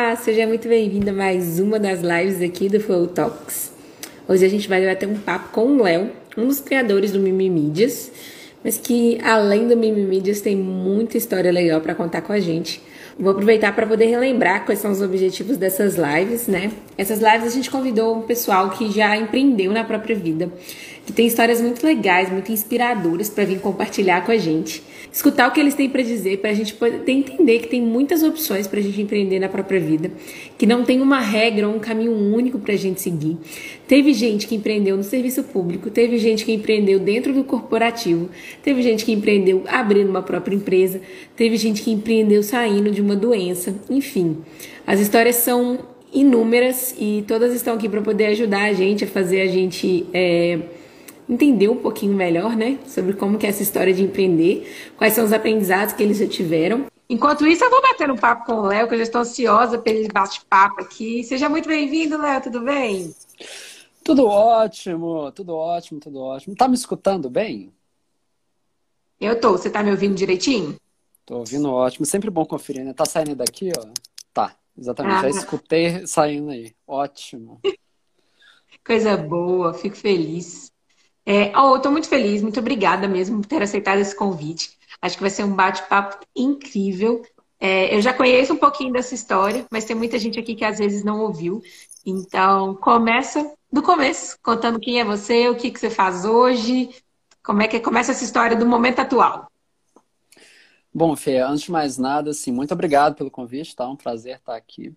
Olá, seja muito bem-vindo a mais uma das lives aqui do Flow Talks. Hoje a gente vai bater um papo com o Léo, um dos criadores do Mimimídias, mas que além do Mimimídias tem muita história legal para contar com a gente. Vou aproveitar para poder relembrar quais são os objetivos dessas lives, né? Essas lives a gente convidou um pessoal que já empreendeu na própria vida, que tem histórias muito legais, muito inspiradoras para vir compartilhar com a gente. Escutar o que eles têm para dizer, para a gente poder entender que tem muitas opções para a gente empreender na própria vida, que não tem uma regra ou um caminho único para a gente seguir. Teve gente que empreendeu no serviço público, teve gente que empreendeu dentro do corporativo, teve gente que empreendeu abrindo uma própria empresa, teve gente que empreendeu saindo de uma doença, enfim. As histórias são inúmeras e todas estão aqui para poder ajudar a gente a fazer a gente entender um pouquinho melhor, né, sobre como que é essa história de empreender, quais são os aprendizados que eles já tiveram. Enquanto isso, eu vou bater um papo com o Léo, que eu já estou ansiosa pelo bate-papo aqui. Seja muito bem-vindo, Léo, tudo bem? Tudo ótimo, tudo ótimo, tudo ótimo. Tá me escutando bem? Eu tô. Você tá me ouvindo direitinho? Tô ouvindo ótimo. Sempre bom conferir, né? Tá saindo daqui, ó? Tá, exatamente. Já Ah, escutei saindo aí. Ótimo. coisa boa, fico feliz. Eu tô muito feliz, muito obrigada mesmo por ter aceitado esse convite. Acho que vai ser um bate-papo incrível. Eu já conheço um pouquinho dessa história, mas tem muita gente aqui que às vezes não ouviu. Então, começa do começo, contando quem é você, o que que você faz hoje, como é que começa essa história do momento atual. Bom, Fê, antes de mais nada, assim, muito obrigado pelo convite, tá? Um prazer estar aqui.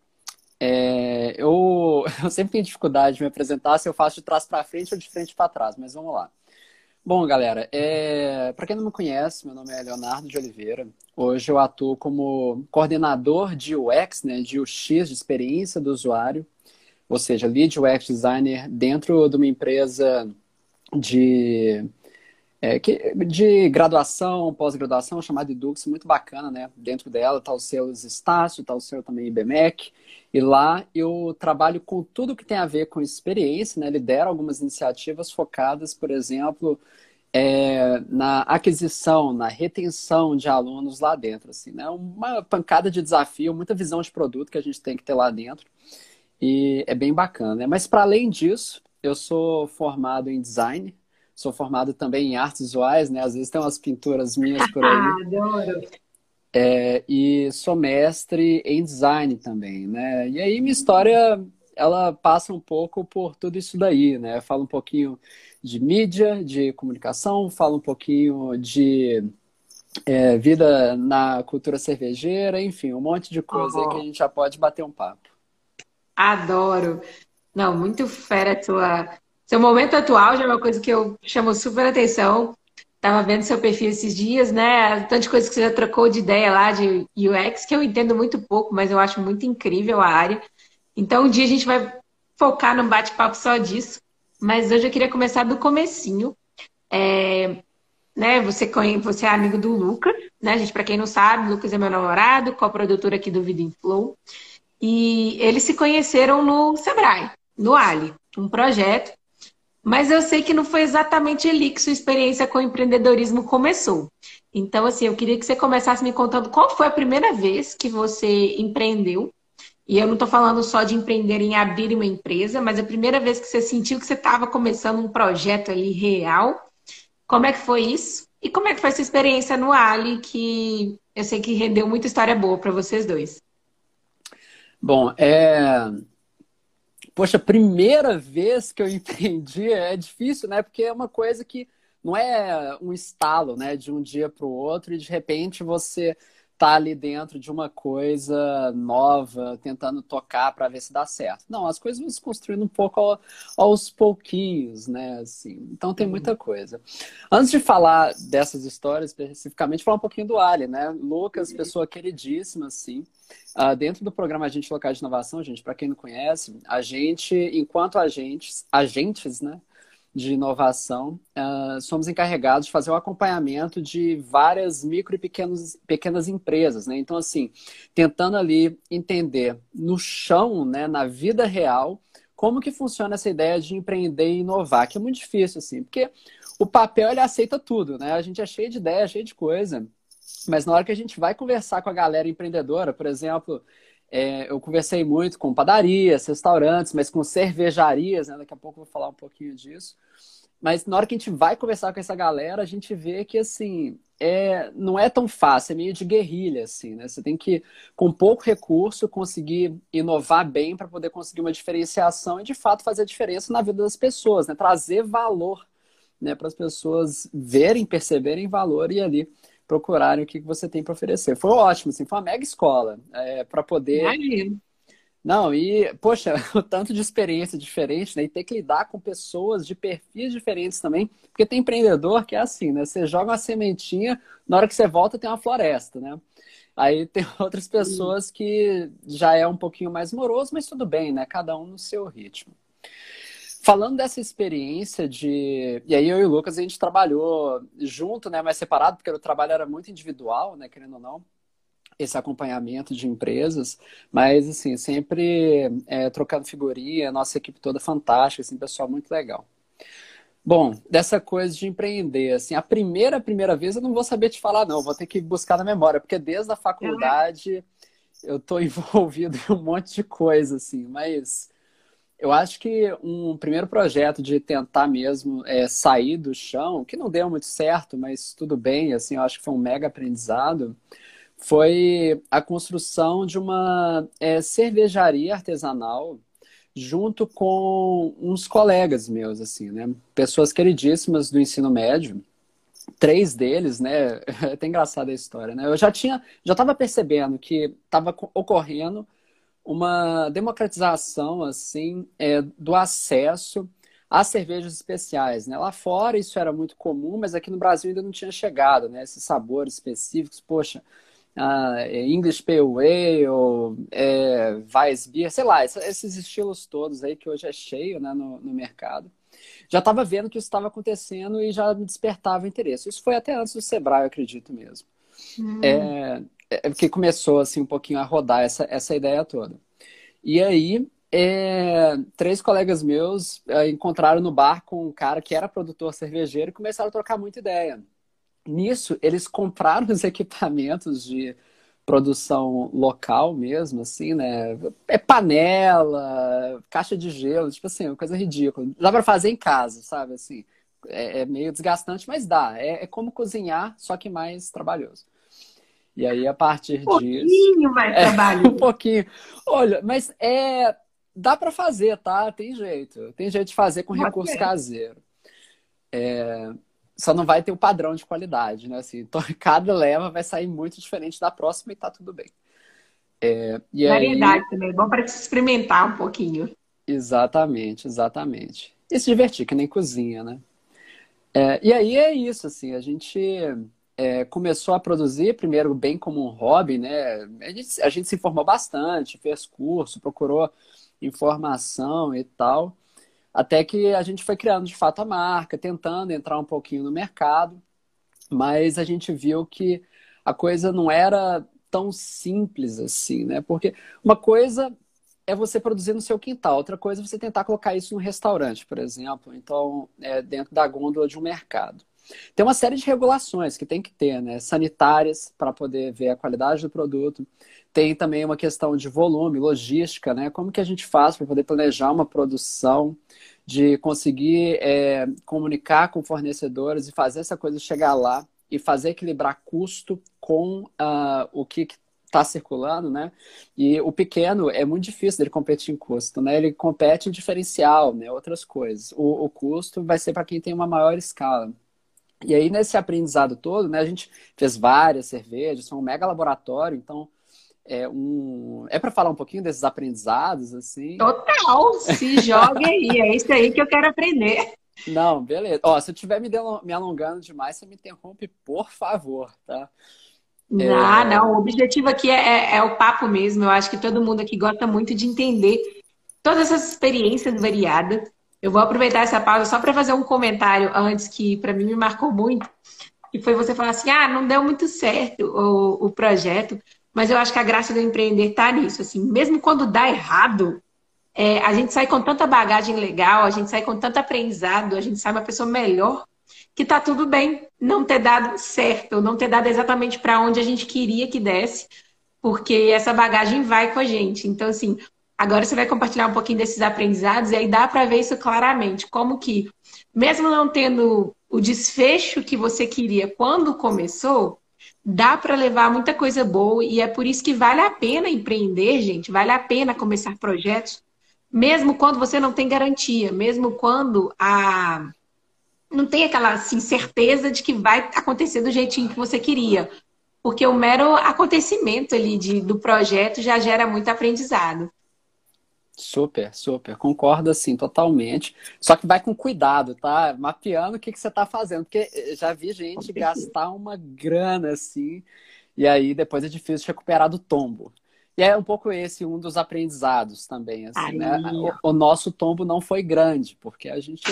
Eu sempre tenho dificuldade de me apresentar se eu faço de trás para frente ou de frente para trás, mas vamos lá. Bom, galera, para quem não me conhece, meu nome é Leonardo de Oliveira. Hoje eu atuo como coordenador de UX, né, de UX, de experiência do usuário, ou seja, Lead UX Designer dentro de uma empresa de, de graduação, pós-graduação, chamada Edux, muito bacana, né? Dentro dela está o selo Estácio, está o selo também IBMEC, e lá eu trabalho com tudo que tem a ver com experiência, né? Lidero algumas iniciativas focadas, por exemplo, na aquisição, na retenção de alunos lá dentro, assim, né? Uma pancada de desafio, muita visão de produto que a gente tem que ter lá dentro. E é bem bacana, né? Mas para além disso, eu sou formado em design, sou formado também em artes visuais, né? Às vezes tem umas pinturas minhas por Ah, aí. adoro. E sou mestre em design também, né? E aí minha história, ela passa um pouco por tudo isso daí, né? Falo um pouquinho de mídia, de comunicação, falo um pouquinho de vida na cultura cervejeira, enfim, um monte de coisa aí que a Oh, gente já pode bater um papo. adoro. Não, muito fera a seu momento atual já é uma coisa que eu chamo super atenção. Tava vendo seu perfil esses dias, né? Tanta coisa que você já trocou de ideia lá de UX, que eu entendo muito pouco, mas eu acho muito incrível a área. Então, um dia a gente vai focar num bate-papo só disso. Mas hoje eu queria começar do comecinho. Né? Você é amigo do Lucas, né? Gente, para quem não sabe, o Lucas é meu namorado, coprodutor aqui do Vida em Flow. E eles se conheceram no Sebrae, no Ali, um projeto. Mas eu sei que não foi exatamente ali que sua experiência com o empreendedorismo começou. Então, assim, eu queria que você começasse me contando qual foi a primeira vez que você empreendeu. E eu não estou falando só de empreender em abrir uma empresa, mas a primeira vez que você sentiu que você estava começando um projeto ali real. Como é que foi isso? E como é que foi essa experiência no Ali, que eu sei que rendeu muita história boa para vocês dois? Bom, poxa, primeira vez que eu empreendi é difícil, né? Porque é uma coisa que não é um estalo, né? De um dia para o outro e de repente você tá ali dentro de uma coisa nova, tentando tocar para ver se dá certo. Não, as coisas vão se construindo um pouco aos pouquinhos, né? Assim, então tem muita coisa. Antes de falar dessas histórias especificamente, falar um pouquinho do Ali, né? Lucas, pessoa queridíssima, assim. Dentro do programa Agente Local de Inovação, gente, para quem não conhece, a gente, enquanto agentes, né, de inovação, somos encarregados de fazer o acompanhamento de várias micro e pequenas empresas, né? Então, assim, tentando ali entender no chão, né, na vida real, como que funciona essa ideia de empreender e inovar, que é muito difícil, assim, porque o papel, ele aceita tudo, né? A gente é cheio de ideia, cheio de coisa, mas na hora que a gente vai conversar com a galera empreendedora, por exemplo, Eu conversei muito com padarias, restaurantes, mas com cervejarias, né? Daqui a pouco eu vou falar um pouquinho disso. Mas na hora que a gente vai conversar com essa galera, a gente vê que, assim, não é tão fácil, é meio de guerrilha, assim, né? Você tem que, com pouco recurso, conseguir inovar bem para poder conseguir uma diferenciação e, de fato, fazer a diferença na vida das pessoas, né? Trazer valor, né? Para as pessoas verem, perceberem valor e ali procurarem o que você tem para oferecer. Foi ótimo, assim, foi uma mega escola para poder Imagino. não, e, poxa, o tanto de experiência diferente, né? E ter que lidar com pessoas de perfis diferentes também, porque tem empreendedor que é assim, né? Você joga uma sementinha, na hora que você volta tem uma floresta, né? Aí tem outras pessoas que já é um pouquinho mais moroso, mas tudo bem, né? Cada um no seu ritmo. Falando dessa experiência de... E aí eu e o Lucas, a gente trabalhou junto, né? Mas separado, porque o trabalho era muito individual, né? Querendo ou não esse acompanhamento de empresas, mas assim, sempre trocando figurinha, nossa equipe toda fantástica, assim, pessoal muito legal. Bom, dessa coisa de empreender, assim, a primeira vez eu não vou saber te falar, não, vou ter que buscar na memória, porque desde a faculdade eu estou envolvido em um monte de coisa, assim, mas eu acho que um primeiro projeto de tentar mesmo sair do chão, que não deu muito certo, mas tudo bem, assim, eu acho que foi um mega aprendizado, foi a construção de uma cervejaria artesanal junto com uns colegas meus, assim, né? Pessoas queridíssimas do ensino médio, três deles, né? É até engraçada a história, né? Eu já estava percebendo que estava ocorrendo uma democratização, assim, do acesso às cervejas especiais, né? Lá fora isso era muito comum, mas aqui no Brasil ainda não tinha chegado, né? Esses sabores específicos, poxa, English Pale Ale, Weissbier, sei lá, esses estilos todos aí que hoje é cheio, né, no mercado. Já estava vendo que isso estava acontecendo e já me despertava interesse. Isso foi até antes do Sebrae, eu acredito mesmo. Que começou assim um pouquinho a rodar essa ideia toda. E aí, três colegas meus encontraram no bar com um cara que era produtor cervejeiro e começaram a trocar muita ideia. Nisso, eles compraram os equipamentos de produção local mesmo, assim, né? Panela, caixa de gelo, tipo assim, uma coisa ridícula. Dá para fazer em casa, sabe? Assim, meio desgastante, mas dá. É como cozinhar, só que mais trabalhoso. E aí, a partir Um disso... pouquinho mais Um trabalhoso. pouquinho. Olha, mas dá para fazer, tá? Tem jeito. Tem jeito de fazer com recurso Ok. caseiro. Só não vai ter o padrão de qualidade, né? Assim, então, cada leva vai sair muito diferente da próxima e tá tudo bem. E aí, Variedade também, é bom para se experimentar um pouquinho. exatamente, exatamente. E se divertir, que nem cozinha, né? E aí é isso, assim, a gente começou a produzir, primeiro bem como um hobby, né? A gente se informou bastante, fez curso, procurou informação e tal, até que a gente foi criando de fato a marca, tentando entrar um pouquinho no mercado. Mas a gente viu que a coisa não era tão simples assim, né? Porque uma coisa é você produzir no seu quintal, outra coisa é você tentar colocar isso no restaurante, por exemplo, então, dentro da gôndola de um mercado. Tem uma série de regulações que tem que ter, né? Sanitárias, para poder ver a qualidade do produto. Tem também uma questão de volume, logística, né? Como que a gente faz para poder planejar uma produção, de conseguir comunicar com fornecedores e fazer essa coisa chegar lá e fazer equilibrar custo com o que está circulando, né? E o pequeno é muito difícil dele competir em custo, né? Ele compete em diferencial, né? Outras coisas. O custo vai ser para quem tem uma maior escala. E aí, nesse aprendizado todo, né, a gente fez várias cervejas, são um mega laboratório, então para falar um pouquinho desses aprendizados, assim. Total, se jogue aí, é isso aí que eu quero aprender. Não, beleza. Ó, se eu estiver me alongando demais, você me interrompe, por favor, tá? Ah, não, o objetivo aqui é o papo mesmo. Eu acho que todo mundo aqui gosta muito de entender todas essas experiências variadas. Eu vou aproveitar essa pausa só para fazer um comentário antes que para mim me marcou muito, que foi você falar assim, não deu muito certo o projeto, mas eu acho que a graça do empreender tá nisso, assim, mesmo quando dá errado, a gente sai com tanta bagagem legal, a gente sai com tanto aprendizado, a gente sai uma pessoa melhor, que tá tudo bem não ter dado certo, não ter dado exatamente para onde a gente queria que desse, porque essa bagagem vai com a gente. Então, assim, agora você vai compartilhar um pouquinho desses aprendizados e aí dá para ver isso claramente, como que, mesmo não tendo o desfecho que você queria quando começou, dá para levar muita coisa boa e é por isso que vale a pena empreender, gente, vale a pena começar projetos, mesmo quando você não tem garantia, mesmo quando não tem aquela assim, certeza de que vai acontecer do jeitinho que você queria. Porque o mero acontecimento ali do projeto já gera muito aprendizado. Super, super. Concordo, assim, totalmente. Só que vai com cuidado, tá? Mapeando o que que você tá fazendo. Porque já vi Com gente certeza. gastar uma grana, assim, e aí depois é difícil recuperar do tombo. E é um pouco esse um dos aprendizados também, assim, né? Aí, ó. O nosso tombo não foi grande, porque a gente...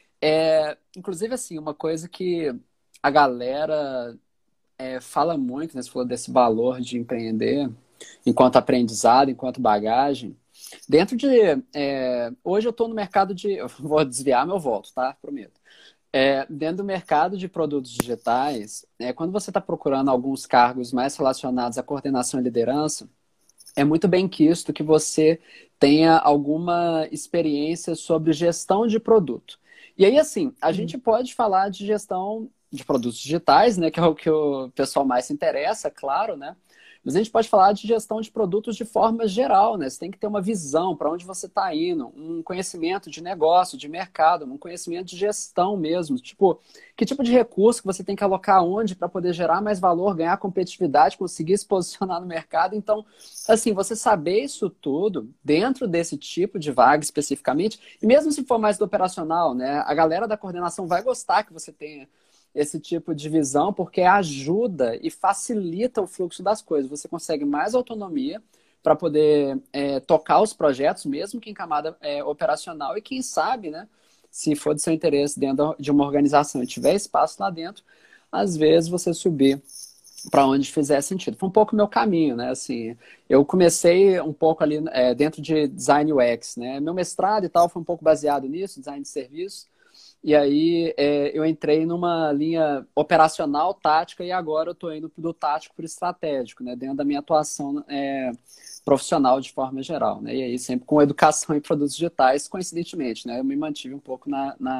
inclusive, assim, uma coisa que a galera fala muito, né? Você falou desse valor de empreender enquanto aprendizado, enquanto bagagem. Dentro de. Hoje eu estou no mercado de. Eu vou desviar, mas eu volto, tá? Prometo. Dentro do mercado de produtos digitais, quando você está procurando alguns cargos mais relacionados à coordenação e liderança, é muito bem quisto que você tenha alguma experiência sobre gestão de produto. E aí, assim, a gente pode falar de gestão de produtos digitais, né, que é o que o pessoal mais se interessa, claro, né? Mas a gente pode falar de gestão de produtos de forma geral, né? Você tem que ter uma visão para onde você está indo, um conhecimento de negócio, de mercado, um conhecimento de gestão mesmo. Tipo, que tipo de recurso que você tem que alocar onde para poder gerar mais valor, ganhar competitividade, conseguir se posicionar no mercado. Então, assim, você saber isso tudo dentro desse tipo de vaga especificamente, e mesmo se for mais do operacional, né? A galera da coordenação vai gostar que você tenha esse tipo de visão, porque ajuda e facilita o fluxo das coisas. Você consegue mais autonomia para poder tocar os projetos, mesmo que em camada operacional, e quem sabe, né, se for de seu interesse dentro de uma organização e tiver espaço lá dentro, às vezes você subir para onde fizer sentido. Foi um pouco o meu caminho, né? Assim, eu comecei um pouco ali dentro de design UX, né? Meu mestrado e tal foi um pouco baseado nisso, design de serviço. E aí eu entrei numa linha operacional, tática, e agora eu estou indo do tático para o estratégico, né? Dentro da minha atuação profissional de forma geral, né? E aí sempre com educação em produtos digitais, coincidentemente, né? Eu me mantive um pouco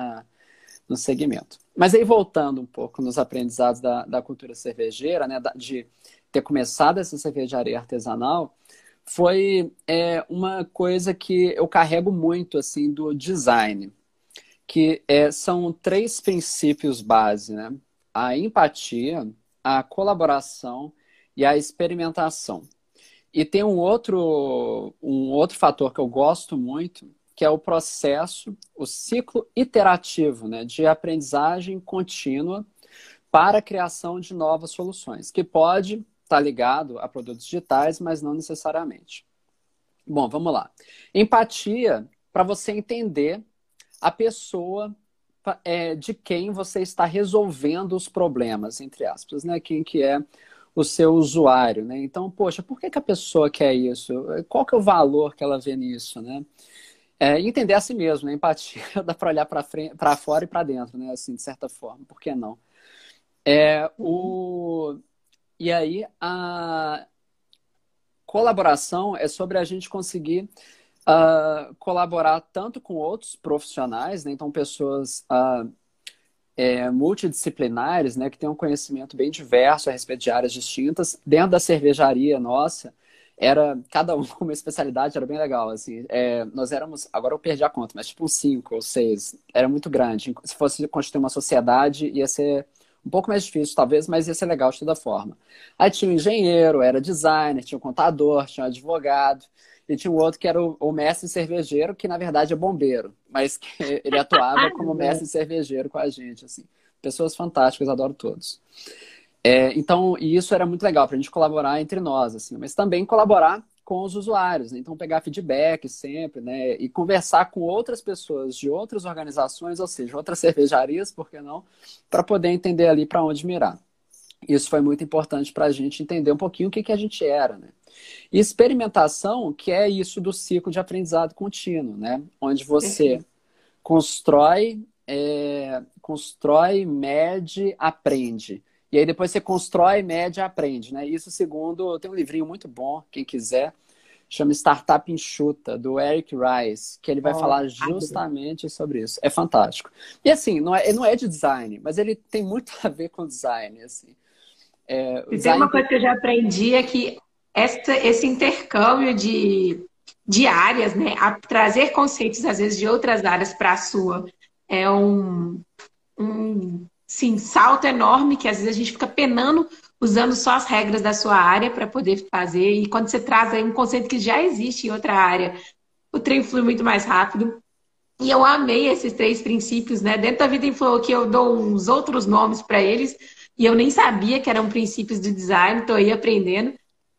no segmento. Mas aí voltando um pouco nos aprendizados da cultura cervejeira, né? De ter começado essa cervejaria artesanal, foi uma coisa que eu carrego muito assim do design, que são três princípios base, né? A empatia, a colaboração e a experimentação. E tem um outro fator que eu gosto muito, que é o processo, o ciclo iterativo, né, de aprendizagem contínua para a criação de novas soluções, que pode estar ligado a produtos digitais, mas não necessariamente. Bom, vamos lá. Empatia, para você entender a pessoa de quem você está resolvendo os problemas, entre aspas, né? Quem que é o seu usuário, né? Então, poxa, por que que a pessoa quer isso? Qual que é o valor que ela vê nisso, né? Entender a si mesmo, né? Empatia dá para olhar para frente, para fora e para dentro, né? Assim, de certa forma, por que não? É, o... E aí, a colaboração é sobre a gente conseguir colaborar tanto com outros profissionais, né? Então pessoas multidisciplinares, né? Que têm um conhecimento bem diverso a respeito de áreas distintas. Dentro da cervejaria nossa, era cada um com uma especialidade, era bem legal, assim. Nós éramos, agora eu perdi a conta, mas tipo uns 5 ou 6, era muito grande. Se fosse constituir uma sociedade, ia ser um pouco mais difícil, talvez, mas ia ser legal de toda forma. Aí tinha um engenheiro, era designer, tinha um contador, tinha um advogado, e tinha um outro que era o mestre cervejeiro, que na verdade é bombeiro, mas que ele atuava como mestre cervejeiro com a gente, assim. Pessoas fantásticas, adoro todos. Então, e isso era muito legal para a gente colaborar entre nós, assim, mas também colaborar com os usuários, né? Então pegar feedback sempre, né? E conversar com outras pessoas de outras organizações, ou seja, outras cervejarias, por que não, para poder entender ali para onde mirar. Isso foi muito importante para a gente entender um pouquinho o que a gente era, né? E experimentação, que é isso do ciclo de aprendizado contínuo, né? Onde você Perfeito. constrói, mede, aprende. E aí depois você constrói, mede e aprende, né? Isso segundo, tem um livrinho muito bom, quem quiser, chama Startup Enxuta, do Eric Rice, que ele vai Ó, falar justamente sobre isso. É fantástico. E assim, não é de design, mas ele tem muito a ver com design, assim. O E tem design uma tem... coisa que eu já aprendi é que esse intercâmbio de áreas, né, a trazer conceitos, às vezes, de outras áreas para a sua, é sim, salto enorme que às vezes a gente fica penando usando só as regras da sua área para poder fazer. E quando você traz aí um conceito que já existe em outra área, o trem flui muito mais rápido. E eu amei esses três princípios, né? Dentro da Vida Inflow que eu dou uns outros nomes para eles, e eu nem sabia que eram princípios do design, estou aí aprendendo.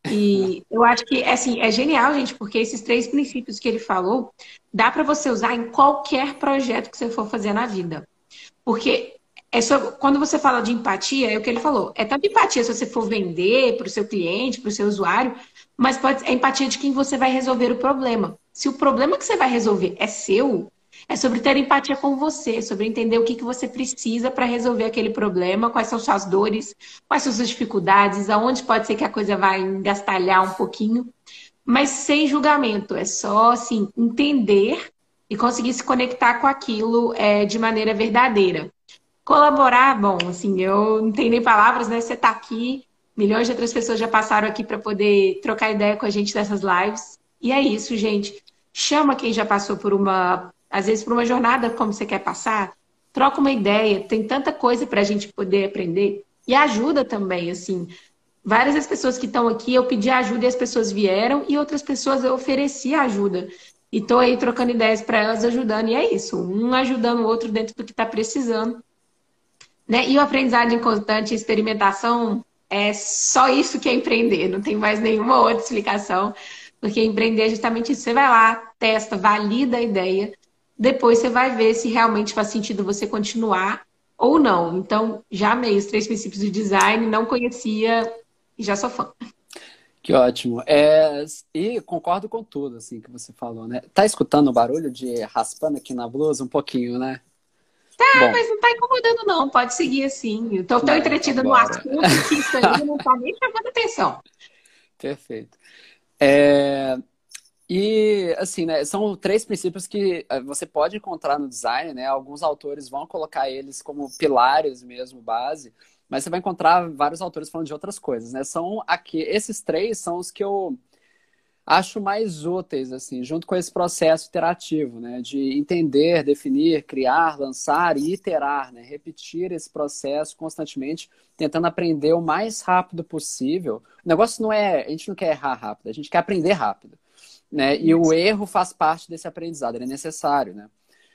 E eu acho que assim, é genial, gente, porque esses três princípios que ele falou, dá para você usar em qualquer projeto que você for fazer na vida. Porque quando você fala de empatia, é o que ele falou. É tanto empatia se você for vender para o seu cliente, para o seu usuário, mas é empatia de quem você vai resolver o problema. Se o problema que você vai resolver é seu, é sobre ter empatia com você, sobre entender o que você precisa para resolver aquele problema, quais são suas dores, quais são suas dificuldades, aonde pode ser que a coisa vai engastalhar um pouquinho, mas sem julgamento. É só assim, entender e conseguir se conectar com aquilo de maneira verdadeira. Colaborar, bom, assim, eu não tenho nem palavras, né? Você está aqui, milhões de outras pessoas já passaram aqui para poder trocar ideia com a gente nessas lives. E é isso, gente. Chama quem já passou por às vezes por uma jornada como você quer passar, troca uma ideia, tem tanta coisa para a gente poder aprender. E ajuda também, assim. Várias das pessoas que estão aqui, eu pedi ajuda e as pessoas vieram, e outras pessoas eu ofereci ajuda. E estou aí trocando ideias para elas, ajudando. E é isso, um ajudando o outro dentro do que está precisando. Né? E o aprendizado em constante experimentação é só isso que é empreender, não tem mais nenhuma outra explicação, porque empreender é justamente isso. Você vai lá, testa, valida a ideia, depois você vai ver se realmente faz sentido você continuar ou não. Então, já amei os três princípios do design, não conhecia e já sou fã. Que ótimo. E concordo com tudo, assim, que você falou, né? Tá escutando o barulho de raspando aqui na blusa? Um pouquinho, né? Bom, Mas não está incomodando, não. Pode seguir assim. Eu estou tão não, então entretida no bora. assunto que isso aí não está nem chamando atenção. Perfeito. É, E, assim, né, são três princípios que você pode encontrar no design, né? Alguns autores vão colocar eles como pilares mesmo, base, mas você vai encontrar vários autores falando de outras coisas, né? Esses três são os que eu acho mais úteis, assim, junto com esse processo iterativo, né? De entender, definir, criar, lançar e iterar, né? Repetir esse processo constantemente, tentando aprender o mais rápido possível. O negócio não é, a gente não quer errar rápido, a gente quer aprender rápido, né? E o erro faz parte desse aprendizado, ele é necessário, né?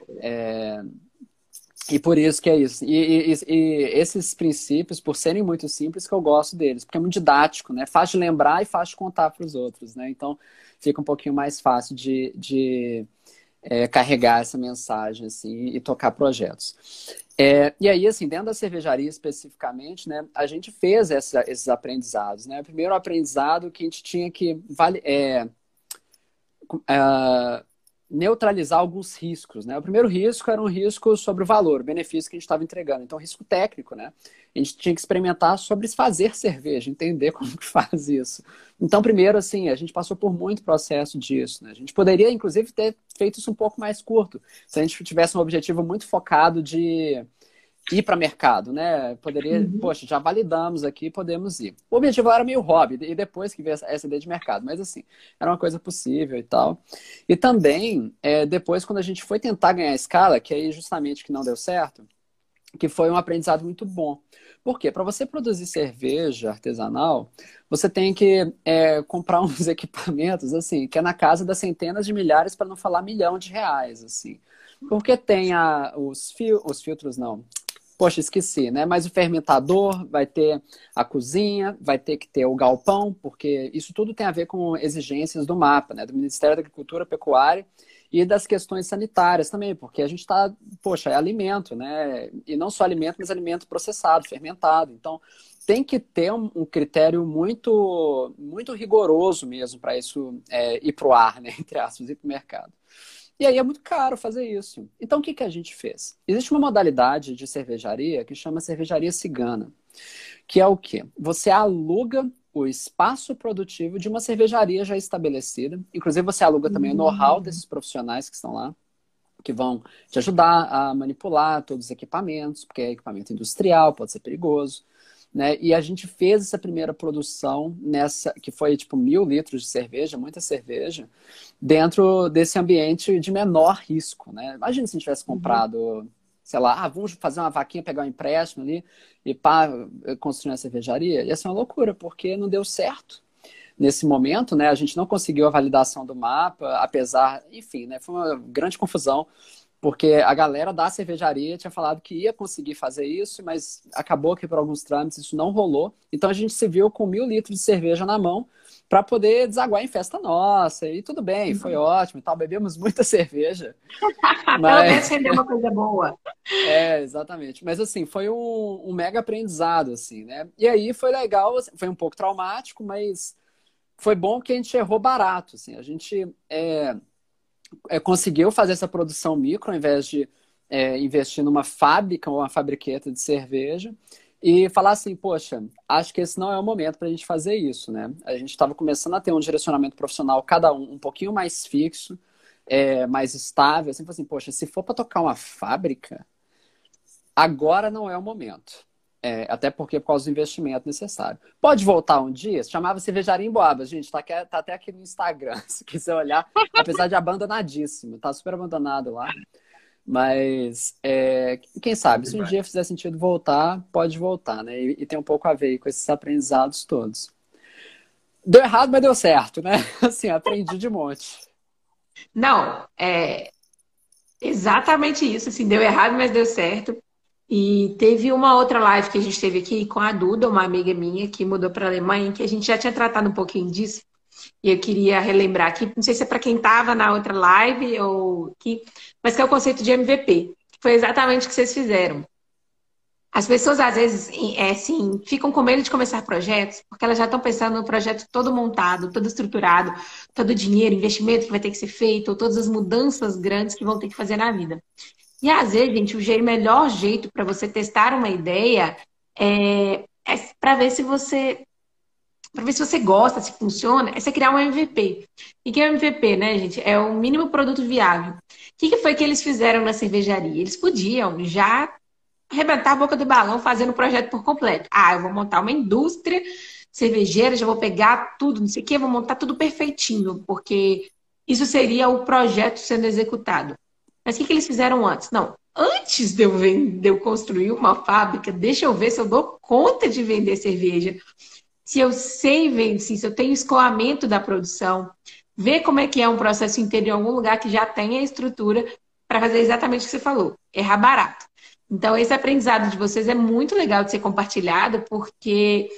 E por isso que é isso. E esses princípios, por serem muito simples, que eu gosto deles, porque é muito didático, né? Fácil de lembrar e fácil de contar para os outros, né? Então fica um pouquinho mais fácil de carregar essa mensagem assim, e tocar projetos. E aí, assim, dentro da cervejaria especificamente, né, a gente fez esses aprendizados, né? O primeiro aprendizado que a gente tinha que neutralizar alguns riscos, né? O primeiro risco era um risco sobre o valor, o benefício que a gente estava entregando. Então, risco técnico, né? A gente tinha que experimentar sobre fazer cerveja, entender como que faz isso. Então, primeiro, assim, a gente passou por muito processo disso, né? A gente poderia, inclusive, ter feito isso um pouco mais curto, se a gente tivesse um objetivo muito focado de ir para mercado, né? Poderia, poxa, já validamos aqui, podemos ir. O objetivo era meio hobby, e depois que veio essa ideia de mercado, mas assim, era uma coisa possível e tal. E também, depois, quando a gente foi tentar ganhar escala, que aí justamente que não deu certo, que foi um aprendizado muito bom. Por quê? Para você produzir cerveja artesanal, você tem que comprar uns equipamentos, assim, que é na casa das centenas de milhares, para não falar milhão de reais, assim. Porque tem os filtros, não. Poxa, esqueci, né? Mas o fermentador, vai ter a cozinha, vai ter que ter o galpão, porque isso tudo tem a ver com exigências do mapa, né? Do Ministério da Agricultura, Pecuária e das questões sanitárias também, porque a gente está, poxa, é alimento, né? E não só alimento, mas alimento processado, fermentado. Então, tem que ter um critério muito, muito rigoroso mesmo para isso ir para o ar, né? Entre aspas, ir para o mercado. E aí é muito caro fazer isso. Então, o que a gente fez? Existe uma modalidade de cervejaria que chama cervejaria cigana. Que é o quê? Você aluga o espaço produtivo de uma cervejaria já estabelecida. Inclusive, você aluga também o know-how Hum. desses profissionais que estão lá, que vão te ajudar a manipular todos os equipamentos, porque é equipamento industrial, pode ser perigoso, né? E a gente fez essa primeira produção nessa, que foi tipo 1.000 litros de cerveja, muita cerveja, dentro desse ambiente de menor risco, né? Imagina se a gente tivesse Uhum. comprado, sei lá, vamos fazer uma vaquinha, pegar um empréstimo ali e pá, construir uma cervejaria. Ia ser uma loucura, porque não deu certo. Nesse momento, né, a gente não conseguiu a validação do mapa, apesar, enfim, né, foi uma grande confusão, porque a galera da cervejaria tinha falado que ia conseguir fazer isso, mas acabou que por alguns trâmites isso não rolou. Então a gente se viu com 1.000 litros de cerveja na mão para poder desaguar em festa nossa. E tudo bem, foi ótimo e tal, bebemos muita cerveja, Pelo menos mas render uma coisa boa. exatamente. Mas assim, foi um mega aprendizado, assim, né? E aí foi legal, assim, foi um pouco traumático, mas foi bom que a gente errou barato, assim. A gente conseguiu fazer essa produção micro, ao invés de investir numa fábrica ou uma fabriqueta de cerveja, e falar assim, poxa, acho que esse não é o momento para a gente fazer isso, né? A gente estava começando a ter um direcionamento profissional, cada um pouquinho mais fixo, mais estável, assim, assim, poxa, se for para tocar uma fábrica, agora não é o momento. Até porque por causa do investimento necessário. Pode voltar um dia? Se chamava Cervejaria em Boabas, gente. Tá até aqui no Instagram, se quiser olhar. Apesar de abandonadíssimo. Tá super abandonado lá. Mas, quem sabe, se um dia fizer sentido voltar, pode voltar, né? E tem um pouco a ver aí com esses aprendizados todos. Deu errado, mas deu certo, né? Assim, aprendi de monte. Não, é exatamente isso. Assim, deu errado, mas deu certo. E teve uma outra live que a gente teve aqui com a Duda, uma amiga minha que mudou para a Alemanha, que a gente já tinha tratado um pouquinho disso. E eu queria relembrar aqui, não sei se é para quem estava na outra live ou aqui, mas que é o conceito de MVP. Que foi exatamente o que vocês fizeram. As pessoas, às vezes, assim, ficam com medo de começar projetos, porque elas já estão pensando no projeto todo montado, todo estruturado, todo o dinheiro, investimento que vai ter que ser feito, ou todas as mudanças grandes que vão ter que fazer na vida. E às vezes, gente, melhor jeito para você testar uma ideia é para ver se você gosta, se funciona, é você criar um MVP. E que é o MVP, né, gente? É o mínimo produto viável. O que foi que eles fizeram na cervejaria? Eles podiam já arrebentar a boca do balão fazendo o projeto por completo. Ah, eu vou montar uma indústria cervejeira, já vou pegar tudo, não sei o quê, vou montar tudo perfeitinho, porque isso seria o projeto sendo executado. Mas o que eles fizeram antes? Não, antes de eu construir uma fábrica, deixa eu ver se eu dou conta de vender cerveja, se eu sei vender, se eu tenho escoamento da produção, ver como é que é um processo inteiro em algum lugar que já tenha a estrutura para fazer exatamente o que você falou, errar barato. Então, esse aprendizado de vocês é muito legal de ser compartilhado, porque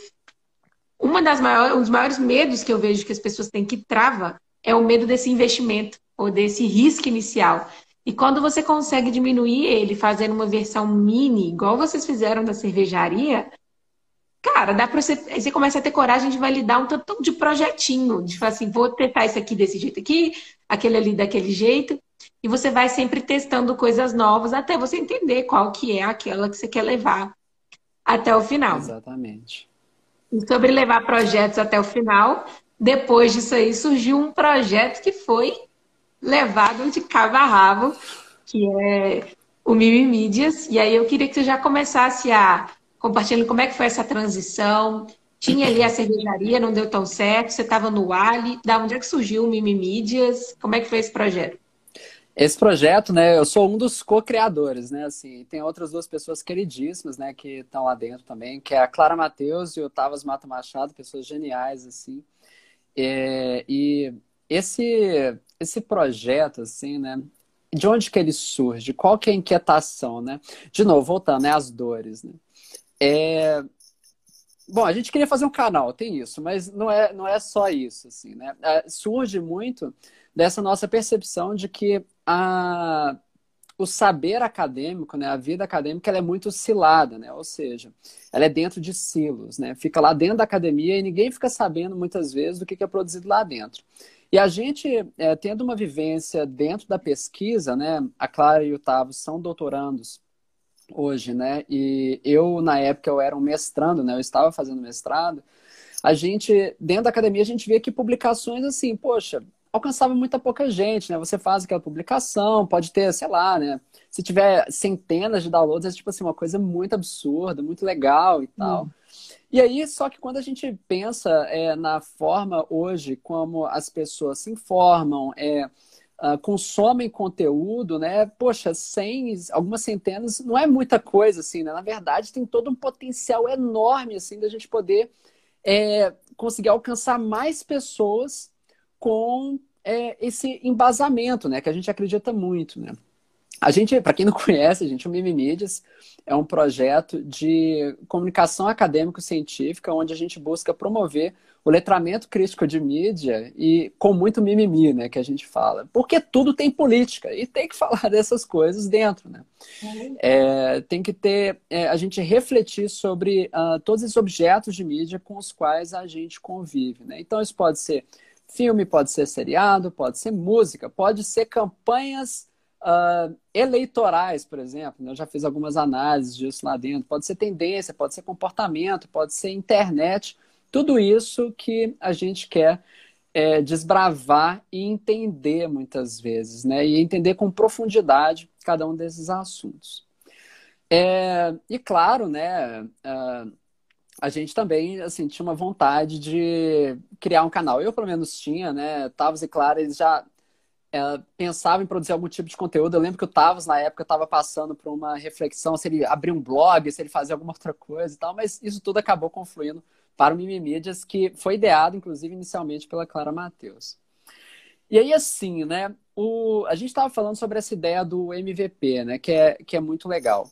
um dos maiores medos que eu vejo que as pessoas têm que trava é o medo desse investimento ou desse risco inicial. E quando você consegue diminuir ele fazendo uma versão mini, igual vocês fizeram da cervejaria, cara, dá pra você. Aí você começa a ter coragem de validar um tanto de projetinho, de falar assim, vou testar isso aqui desse jeito aqui, aquele ali daquele jeito. E você vai sempre testando coisas novas até você entender qual que é aquela que você quer levar até o final. Exatamente. E sobre levar projetos até o final, depois disso aí surgiu um projeto que foi levado de cabo a rabo, que é o Mimimídias. E aí eu queria que você já começasse a compartilhar como é que foi essa transição. Tinha ali a cervejaria, não deu tão certo, você estava no Ali. Da onde é que surgiu o Mimimídias? Como é que foi esse projeto? Esse projeto, né, eu sou um dos co-criadores, né, assim, tem outras duas pessoas queridíssimas, né, que estão lá dentro também, que é a Clara Matheus e o Tavas Mata Machado, pessoas geniais, assim, e esse projeto, assim, né, de onde que ele surge? Qual que é a inquietação, né? De novo, voltando, né, às dores, né? Bom, a gente queria fazer um canal, tem isso, mas não é só isso, assim, né? Surge muito dessa nossa percepção de que o saber acadêmico, né, a vida acadêmica, ela é muito oscilada, né? Ou seja, ela é dentro de silos, né? Fica lá dentro da academia e ninguém fica sabendo muitas vezes do que é produzido lá dentro. E a gente, tendo uma vivência dentro da pesquisa, né? A Clara e o Otávio são doutorandos hoje, né? E eu, na época, eu era um mestrando, né? Eu estava fazendo mestrado. A gente, dentro da academia, a gente via que publicações assim, poxa, alcançava muita pouca gente, né? Você faz aquela publicação, pode ter, sei lá, né? Se tiver centenas de downloads, é tipo assim, uma coisa muito absurda, muito legal e tal. Hum. E aí, só que quando a gente pensa na forma hoje como as pessoas se informam, consomem conteúdo, né? Poxa, 100, algumas centenas, não é muita coisa, assim, né? Na verdade, tem todo um potencial enorme, assim, da gente poder conseguir alcançar mais pessoas com esse embasamento, né? Que a gente acredita muito, né? A gente, para quem não conhece, o Mimimídias é um projeto de comunicação acadêmico-científica onde a gente busca promover o letramento crítico de mídia e com muito mimimi, né, que a gente fala. Porque tudo tem política e tem que falar dessas coisas dentro, né? Tem que ter, a gente refletir sobre todos esses objetos de mídia com os quais a gente convive, né? Então isso pode ser filme, pode ser seriado, pode ser música, pode ser campanhas eleitorais, por exemplo, né? Eu já fiz algumas análises disso lá dentro. Pode ser tendência, pode ser comportamento, pode ser internet. Tudo isso que a gente quer desbravar e entender muitas vezes, né? E entender com profundidade cada um desses assuntos. E claro, né? A gente também assim, tinha uma vontade de criar um canal. Eu, pelo menos, tinha, né? Tavos e Clara, eles já pensava em produzir algum tipo de conteúdo. Eu lembro que o Tavos, na época, estava passando por uma reflexão se ele abrir um blog, se ele fazia alguma outra coisa e tal, mas isso tudo acabou confluindo para o Mimimídias, que foi ideado, inclusive, inicialmente pela Clara Mateus. E aí, assim, né, a gente estava falando sobre essa ideia do MVP, né, que é muito legal.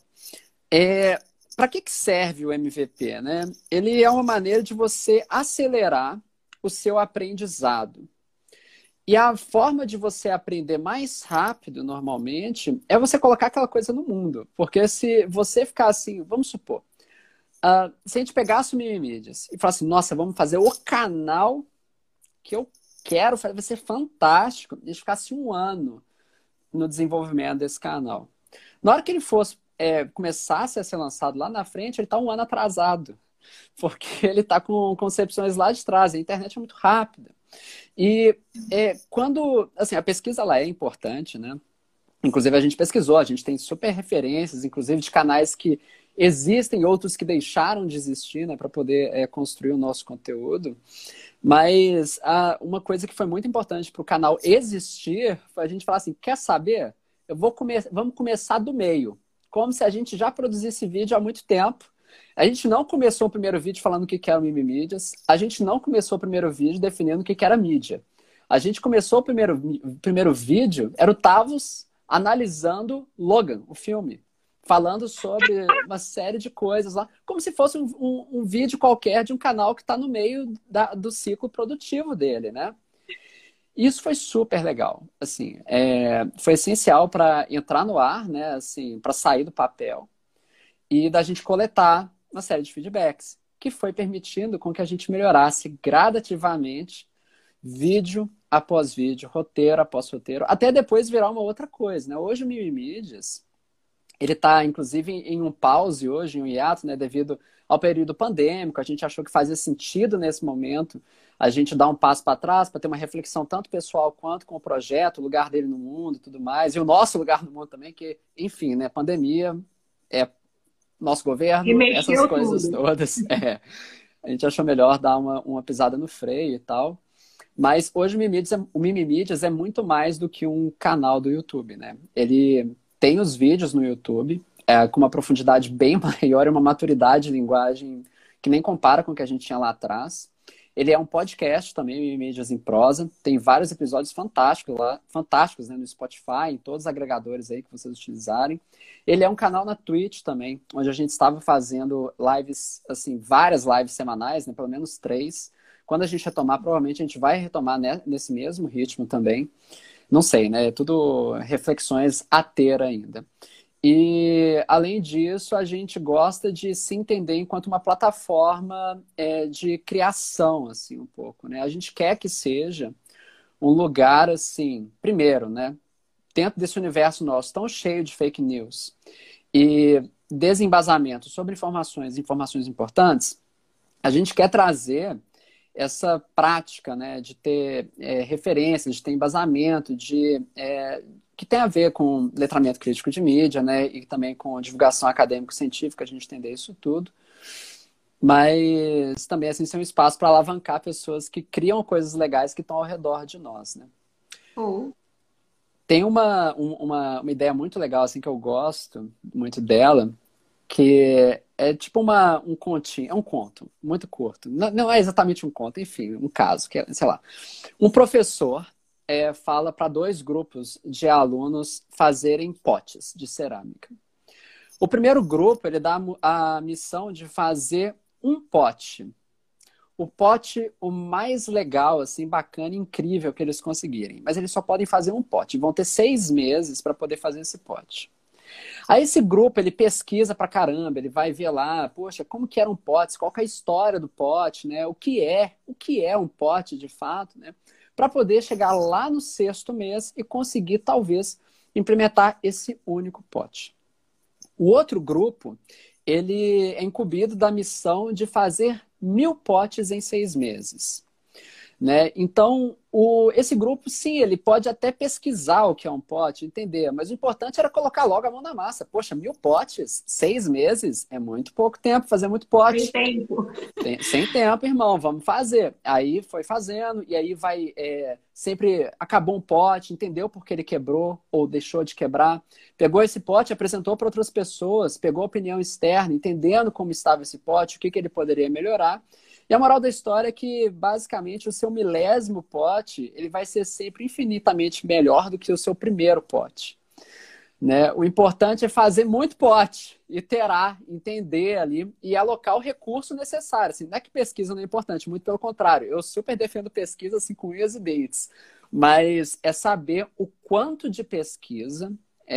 Para que serve o MVP, né? Ele é uma maneira de você acelerar o seu aprendizado. E a forma de você aprender mais rápido, normalmente, é você colocar aquela coisa no mundo. Porque se você ficar assim, vamos supor, se a gente pegasse o Mimimídias e falasse, nossa, vamos fazer o canal que eu quero, vai ser fantástico. E a gente ficasse um ano no desenvolvimento desse canal. Na hora que ele fosse começasse a ser lançado lá na frente, ele está um ano atrasado. Porque ele está com concepções lá de trás. A internet é muito rápida. E quando, assim, a pesquisa lá é importante, né? Inclusive a gente pesquisou, a gente tem super referências, inclusive de canais que existem, outros que deixaram de existir, né, para poder construir o nosso conteúdo. Mas uma coisa que foi muito importante para o canal existir foi a gente falar assim, quer saber? Vamos começar do meio, como se a gente já produzisse vídeo há muito tempo. A gente não começou o primeiro vídeo falando o que era o Mimimídias. A gente não começou o primeiro vídeo definindo o que era mídia. A gente começou o primeiro vídeo, era o Tavos analisando Logan, o filme. Falando sobre uma série de coisas lá. Como se fosse um vídeo qualquer de um canal que está no meio do ciclo produtivo dele, né? Isso foi super legal. Assim, foi essencial para entrar no ar, né? Assim, para sair do papel. E da gente coletar uma série de feedbacks, que foi permitindo com que a gente melhorasse gradativamente, vídeo após vídeo, roteiro após roteiro, até depois virar uma outra coisa, né? Hoje o Mimimídias, ele está, inclusive, em um pause hoje, em um hiato, né? Devido ao período pandêmico, a gente achou que fazia sentido nesse momento a gente dar um passo para trás, para ter uma reflexão tanto pessoal quanto com o projeto, o lugar dele no mundo e tudo mais, e o nosso lugar no mundo também, que, enfim, né? Pandemia nosso E governo, essas mexeu coisas tudo. todas. A gente achou melhor dar uma pisada no freio e tal. Mas hoje o Mimimídias é muito mais do que um canal do YouTube, né? Ele tem os vídeos no YouTube, com uma profundidade bem maior e uma maturidade de linguagem que nem compara com o que a gente tinha lá atrás. Ele é um podcast também, Mimimídias em Prosa. Tem vários episódios fantásticos lá, fantásticos, né, no Spotify, em todos os agregadores aí que vocês utilizarem. Ele é um canal na Twitch também, onde a gente estava fazendo lives, assim, várias lives semanais, né, pelo menos 3. Quando a gente retomar, provavelmente a gente vai retomar, né, nesse mesmo ritmo também. Não sei, né? É tudo reflexões a ter ainda. E, além disso, a gente gosta de se entender enquanto uma plataforma de criação, assim, um pouco, né? A gente quer que seja um lugar, assim, primeiro, né? Dentro desse universo nosso tão cheio de fake news e desembasamento sobre informações importantes, a gente quer trazer essa prática, né, de ter referências, de ter embasamento, que tem a ver com letramento crítico de mídia, né, e também com divulgação acadêmico-científica, a gente entender isso tudo. Mas também, assim, ser um espaço para alavancar pessoas que criam coisas legais que estão ao redor de nós, né? Tem uma ideia muito legal, assim, que eu gosto muito dela, que é tipo um continho, é um conto muito curto. Não é exatamente um conto, enfim, um caso, que é, sei lá. Um professor fala para 2 grupos de alunos fazerem potes de cerâmica. O primeiro grupo, ele dá a missão de fazer um pote. O pote, o mais legal, assim, bacana, incrível que eles conseguirem. Mas eles só podem fazer um pote. Vão ter 6 meses para poder fazer esse pote. Aí esse grupo, ele pesquisa pra caramba, ele vai ver lá, poxa, como que eram potes, qual que é a história do pote, né? O que é um pote de fato, né? Para poder chegar lá no 6º mês e conseguir, talvez, implementar esse único pote. O outro grupo, ele é incumbido da missão de fazer 1000 potes em 6 meses. Né? Então, esse grupo, sim, ele pode até pesquisar o que é um pote, entender, mas o importante era colocar logo a mão na massa. Poxa, 1000 potes, 6 meses, é muito pouco tempo fazer muito pote. Sem tempo. Sem tempo, irmão, vamos fazer. Aí foi fazendo, e aí vai, sempre acabou um pote, entendeu por que ele quebrou ou deixou de quebrar. Pegou esse pote, apresentou para outras pessoas, pegou a opinião externa, entendendo como estava esse pote, o que ele poderia melhorar. E a moral da história é que, basicamente, o seu milésimo pote, ele vai ser sempre infinitamente melhor do que o seu primeiro pote. Né? O importante é fazer muito pote, iterar, entender ali e alocar o recurso necessário. Assim, não é que pesquisa não é importante, muito pelo contrário. Eu super defendo pesquisa assim, com unhas e dentes. Mas é saber o quanto de pesquisa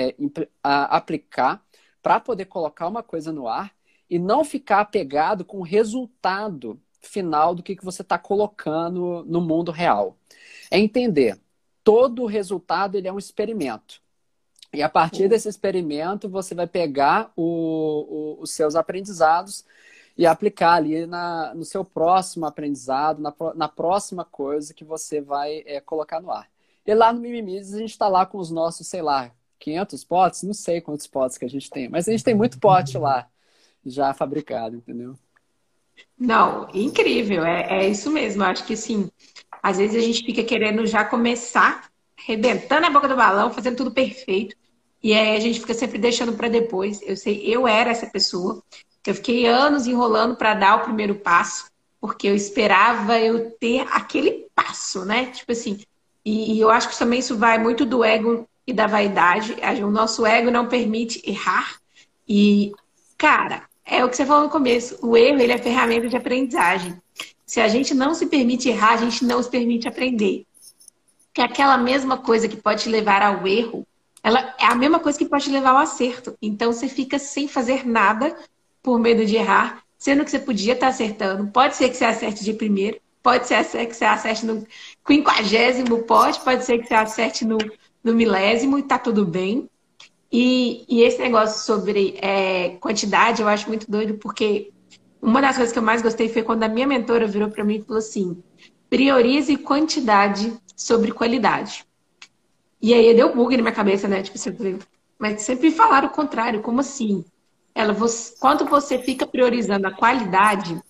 aplicar para poder colocar uma coisa no ar e não ficar apegado com o resultado final do que você está colocando no mundo real. É entender, todo o resultado ele é um experimento. E a partir desse experimento, você vai pegar os seus aprendizados e aplicar ali no seu próximo aprendizado, na próxima coisa que você vai colocar no ar. E lá no Mimimides, a gente está lá com os nossos, sei lá, 500 potes, não sei quantos potes que a gente tem, mas a gente tem muito pote lá, já fabricado, entendeu? Não, incrível, é isso mesmo. Eu acho que sim, às vezes a gente fica querendo já começar arrebentando a boca do balão, fazendo tudo perfeito, e aí a gente fica sempre deixando para depois. Eu sei, eu era essa pessoa, que eu fiquei anos enrolando para dar o primeiro passo, porque eu esperava eu ter aquele passo, né? Tipo assim, e eu acho que também isso vai muito do ego e da vaidade. O nosso ego não permite errar, e, cara, é o que você falou no começo, o erro ele é ferramenta de aprendizagem. Se a gente não se permite errar, a gente não se permite aprender. Porque aquela mesma coisa que pode te levar ao erro, ela é a mesma coisa que pode te levar ao acerto. Então você fica sem fazer nada por medo de errar, sendo que você podia estar acertando. Pode ser que você acerte de primeiro, pode ser que você acerte no 50º pote, pode ser que você acerte no 1000º e tá tudo bem. E esse negócio sobre quantidade eu acho muito doido, porque uma das coisas que eu mais gostei foi quando a minha mentora virou para mim e falou assim: priorize quantidade sobre qualidade. E aí deu bug na minha cabeça, né? Tipo, mas sempre falaram o contrário, como assim? Quando você fica priorizando a qualidade,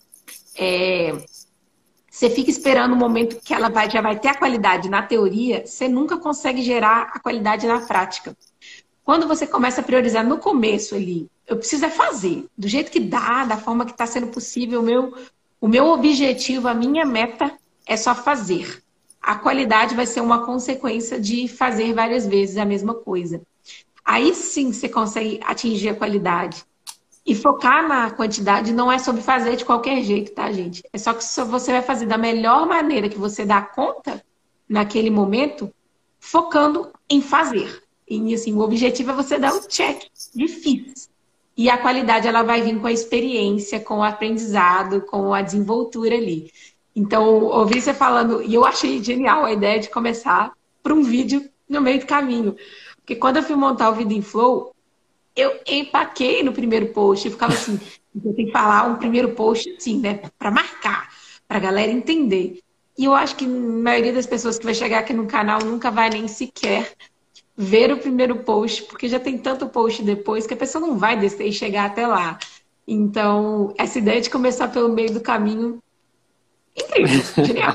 você fica esperando o momento que ela já vai ter a qualidade na teoria, você nunca consegue gerar a qualidade na prática. Quando você começa a priorizar no começo ali, eu preciso fazer, do jeito que dá, da forma que está sendo possível, o meu objetivo, a minha meta é só fazer. A qualidade vai ser uma consequência de fazer várias vezes a mesma coisa. Aí sim você consegue atingir a qualidade. E focar na quantidade não é sobre fazer de qualquer jeito, tá, gente? É só que você vai fazer da melhor maneira que você dá conta naquele momento, focando em fazer. E assim, o objetivo é você dar um check de fiz. E a qualidade ela vai vir com a experiência, com o aprendizado, com a desenvoltura ali. Então, ouvi você falando, e eu achei genial a ideia de começar por um vídeo no meio do caminho. Porque quando eu fui montar o Vida em Flow, eu empaquei no primeiro post. Eu ficava assim, eu tenho que falar um primeiro post assim, né? Para marcar, para a galera entender. E eu acho que a maioria das pessoas que vai chegar aqui no canal nunca vai nem sequer ver o primeiro post, porque já tem tanto post depois que a pessoa não vai descer e chegar até lá. Então, essa ideia de começar pelo meio do caminho, incrível, genial.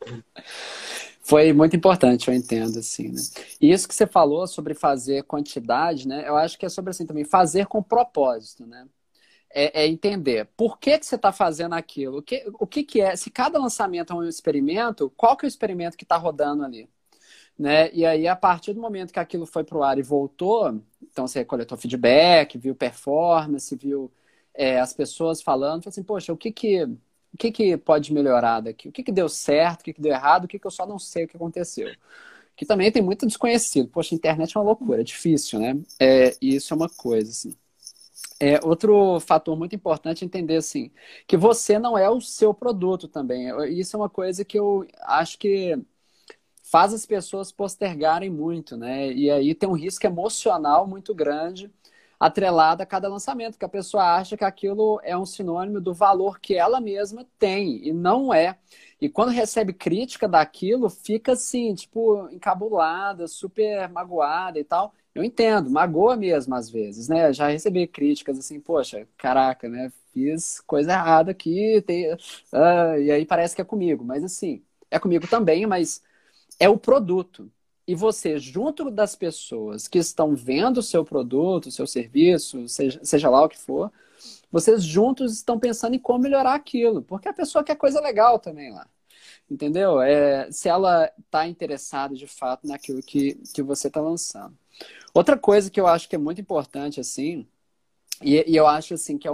Foi muito importante, eu entendo, assim, né? E isso que você falou sobre fazer quantidade, né? Eu acho que é sobre, assim, também fazer com propósito, né? É entender por que que você está fazendo aquilo, o que que é, se cada lançamento é um experimento, qual que é o experimento que está rodando ali, né? E aí, a partir do momento que aquilo foi para o ar e voltou, então você coletou feedback, viu performance, viu as pessoas falando, falou assim, poxa, o que que pode melhorar daqui? O que que deu certo, o que que deu errado, o que que eu só não sei o que aconteceu? Que também tem muito desconhecido. Poxa, a internet é uma loucura, é difícil, né? E isso é uma coisa, assim. Outro fator muito importante é entender, assim, que você não é o seu produto também. Isso é uma coisa que eu acho que faz as pessoas postergarem muito, né? E aí tem um risco emocional muito grande atrelado a cada lançamento, que a pessoa acha que aquilo é um sinônimo do valor que ela mesma tem, e não é. E quando recebe crítica daquilo, fica assim, tipo, encabulada, super magoada e tal. Eu entendo, magoa mesmo às vezes, né? Já recebi críticas assim, poxa, caraca, né? Fiz coisa errada aqui, e aí parece que é comigo. Mas assim, é comigo também, mas é o produto. E você, junto das pessoas que estão vendo o seu produto, o seu serviço, seja lá o que for, vocês juntos estão pensando em como melhorar aquilo. Porque a pessoa quer coisa legal também lá. Entendeu? Se ela está interessada de fato naquilo que você está lançando. Outra coisa que eu acho que é muito importante, assim, e eu acho assim que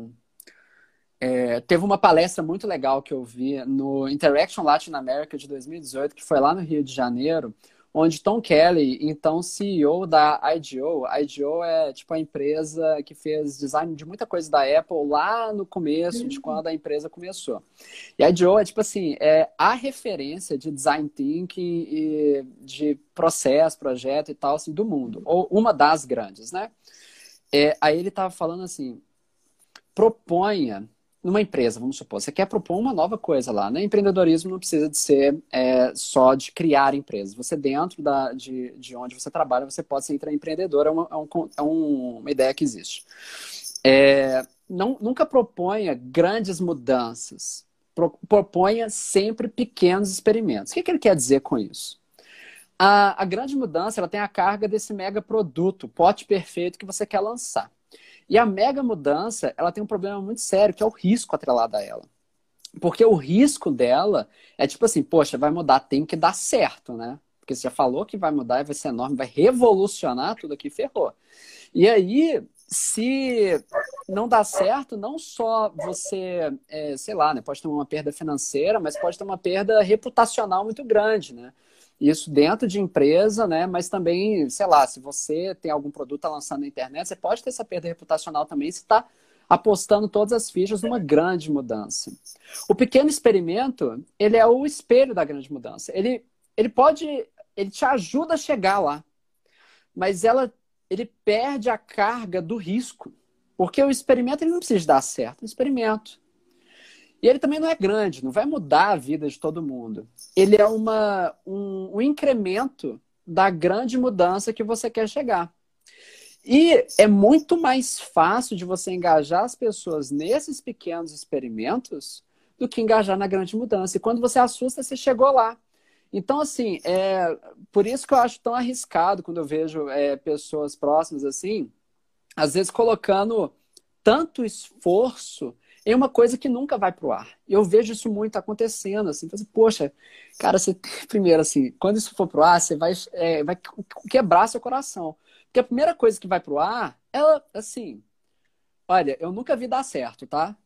teve uma palestra muito legal que eu vi no Interaction Latin America de 2018, que foi lá no Rio de Janeiro, onde Tom Kelly, então CEO da IDEO, a IDEO é tipo a empresa que fez design de muita coisa da Apple lá no começo, de quando a empresa começou. E a IDEO é tipo assim, é a referência de design thinking e de processo, projeto e tal, assim, do mundo, ou uma das grandes, né? Aí ele estava falando assim, proponha numa empresa, vamos supor, você quer propor uma nova coisa lá, né? Empreendedorismo não precisa de ser só de criar empresas. Você dentro de onde você trabalha, você pode ser intraempreendedor, uma ideia que existe. Nunca proponha grandes mudanças. Proponha sempre pequenos experimentos. O que ele quer dizer com isso? A grande mudança ela tem a carga desse mega produto, pote perfeito que você quer lançar. E a mega mudança, ela tem um problema muito sério, que é o risco atrelado a ela. Porque o risco dela é tipo assim, poxa, vai mudar, tem que dar certo, né? Porque você já falou que vai mudar, vai ser enorme, vai revolucionar tudo aqui, ferrou. E aí, se não dá certo, não só você, sei lá, né, pode ter uma perda financeira, mas pode ter uma perda reputacional muito grande, né? Isso dentro de empresa, né? Mas também, sei lá, se você tem algum produto tá lançando na internet, você pode ter essa perda reputacional também se está apostando todas as fichas numa grande mudança. O pequeno experimento, ele é o espelho da grande mudança. Ele te ajuda a chegar lá, mas ele perde a carga do risco. Porque o experimento ele não precisa dar certo, é um experimento. E ele também não é grande, não vai mudar a vida de todo mundo. Ele é um incremento da grande mudança que você quer chegar. E é muito mais fácil de você engajar as pessoas nesses pequenos experimentos do que engajar na grande mudança. E quando você assusta, você chegou lá. Então, assim, por isso que eu acho tão arriscado quando eu vejo pessoas próximas assim, às vezes colocando tanto esforço em uma coisa que nunca vai pro ar. E eu vejo isso muito acontecendo, assim, poxa, cara, você primeiro, assim, quando isso for pro ar, você vai quebrar seu coração. Porque a primeira coisa que vai pro ar, ela, assim, olha, eu nunca vi dar certo, tá?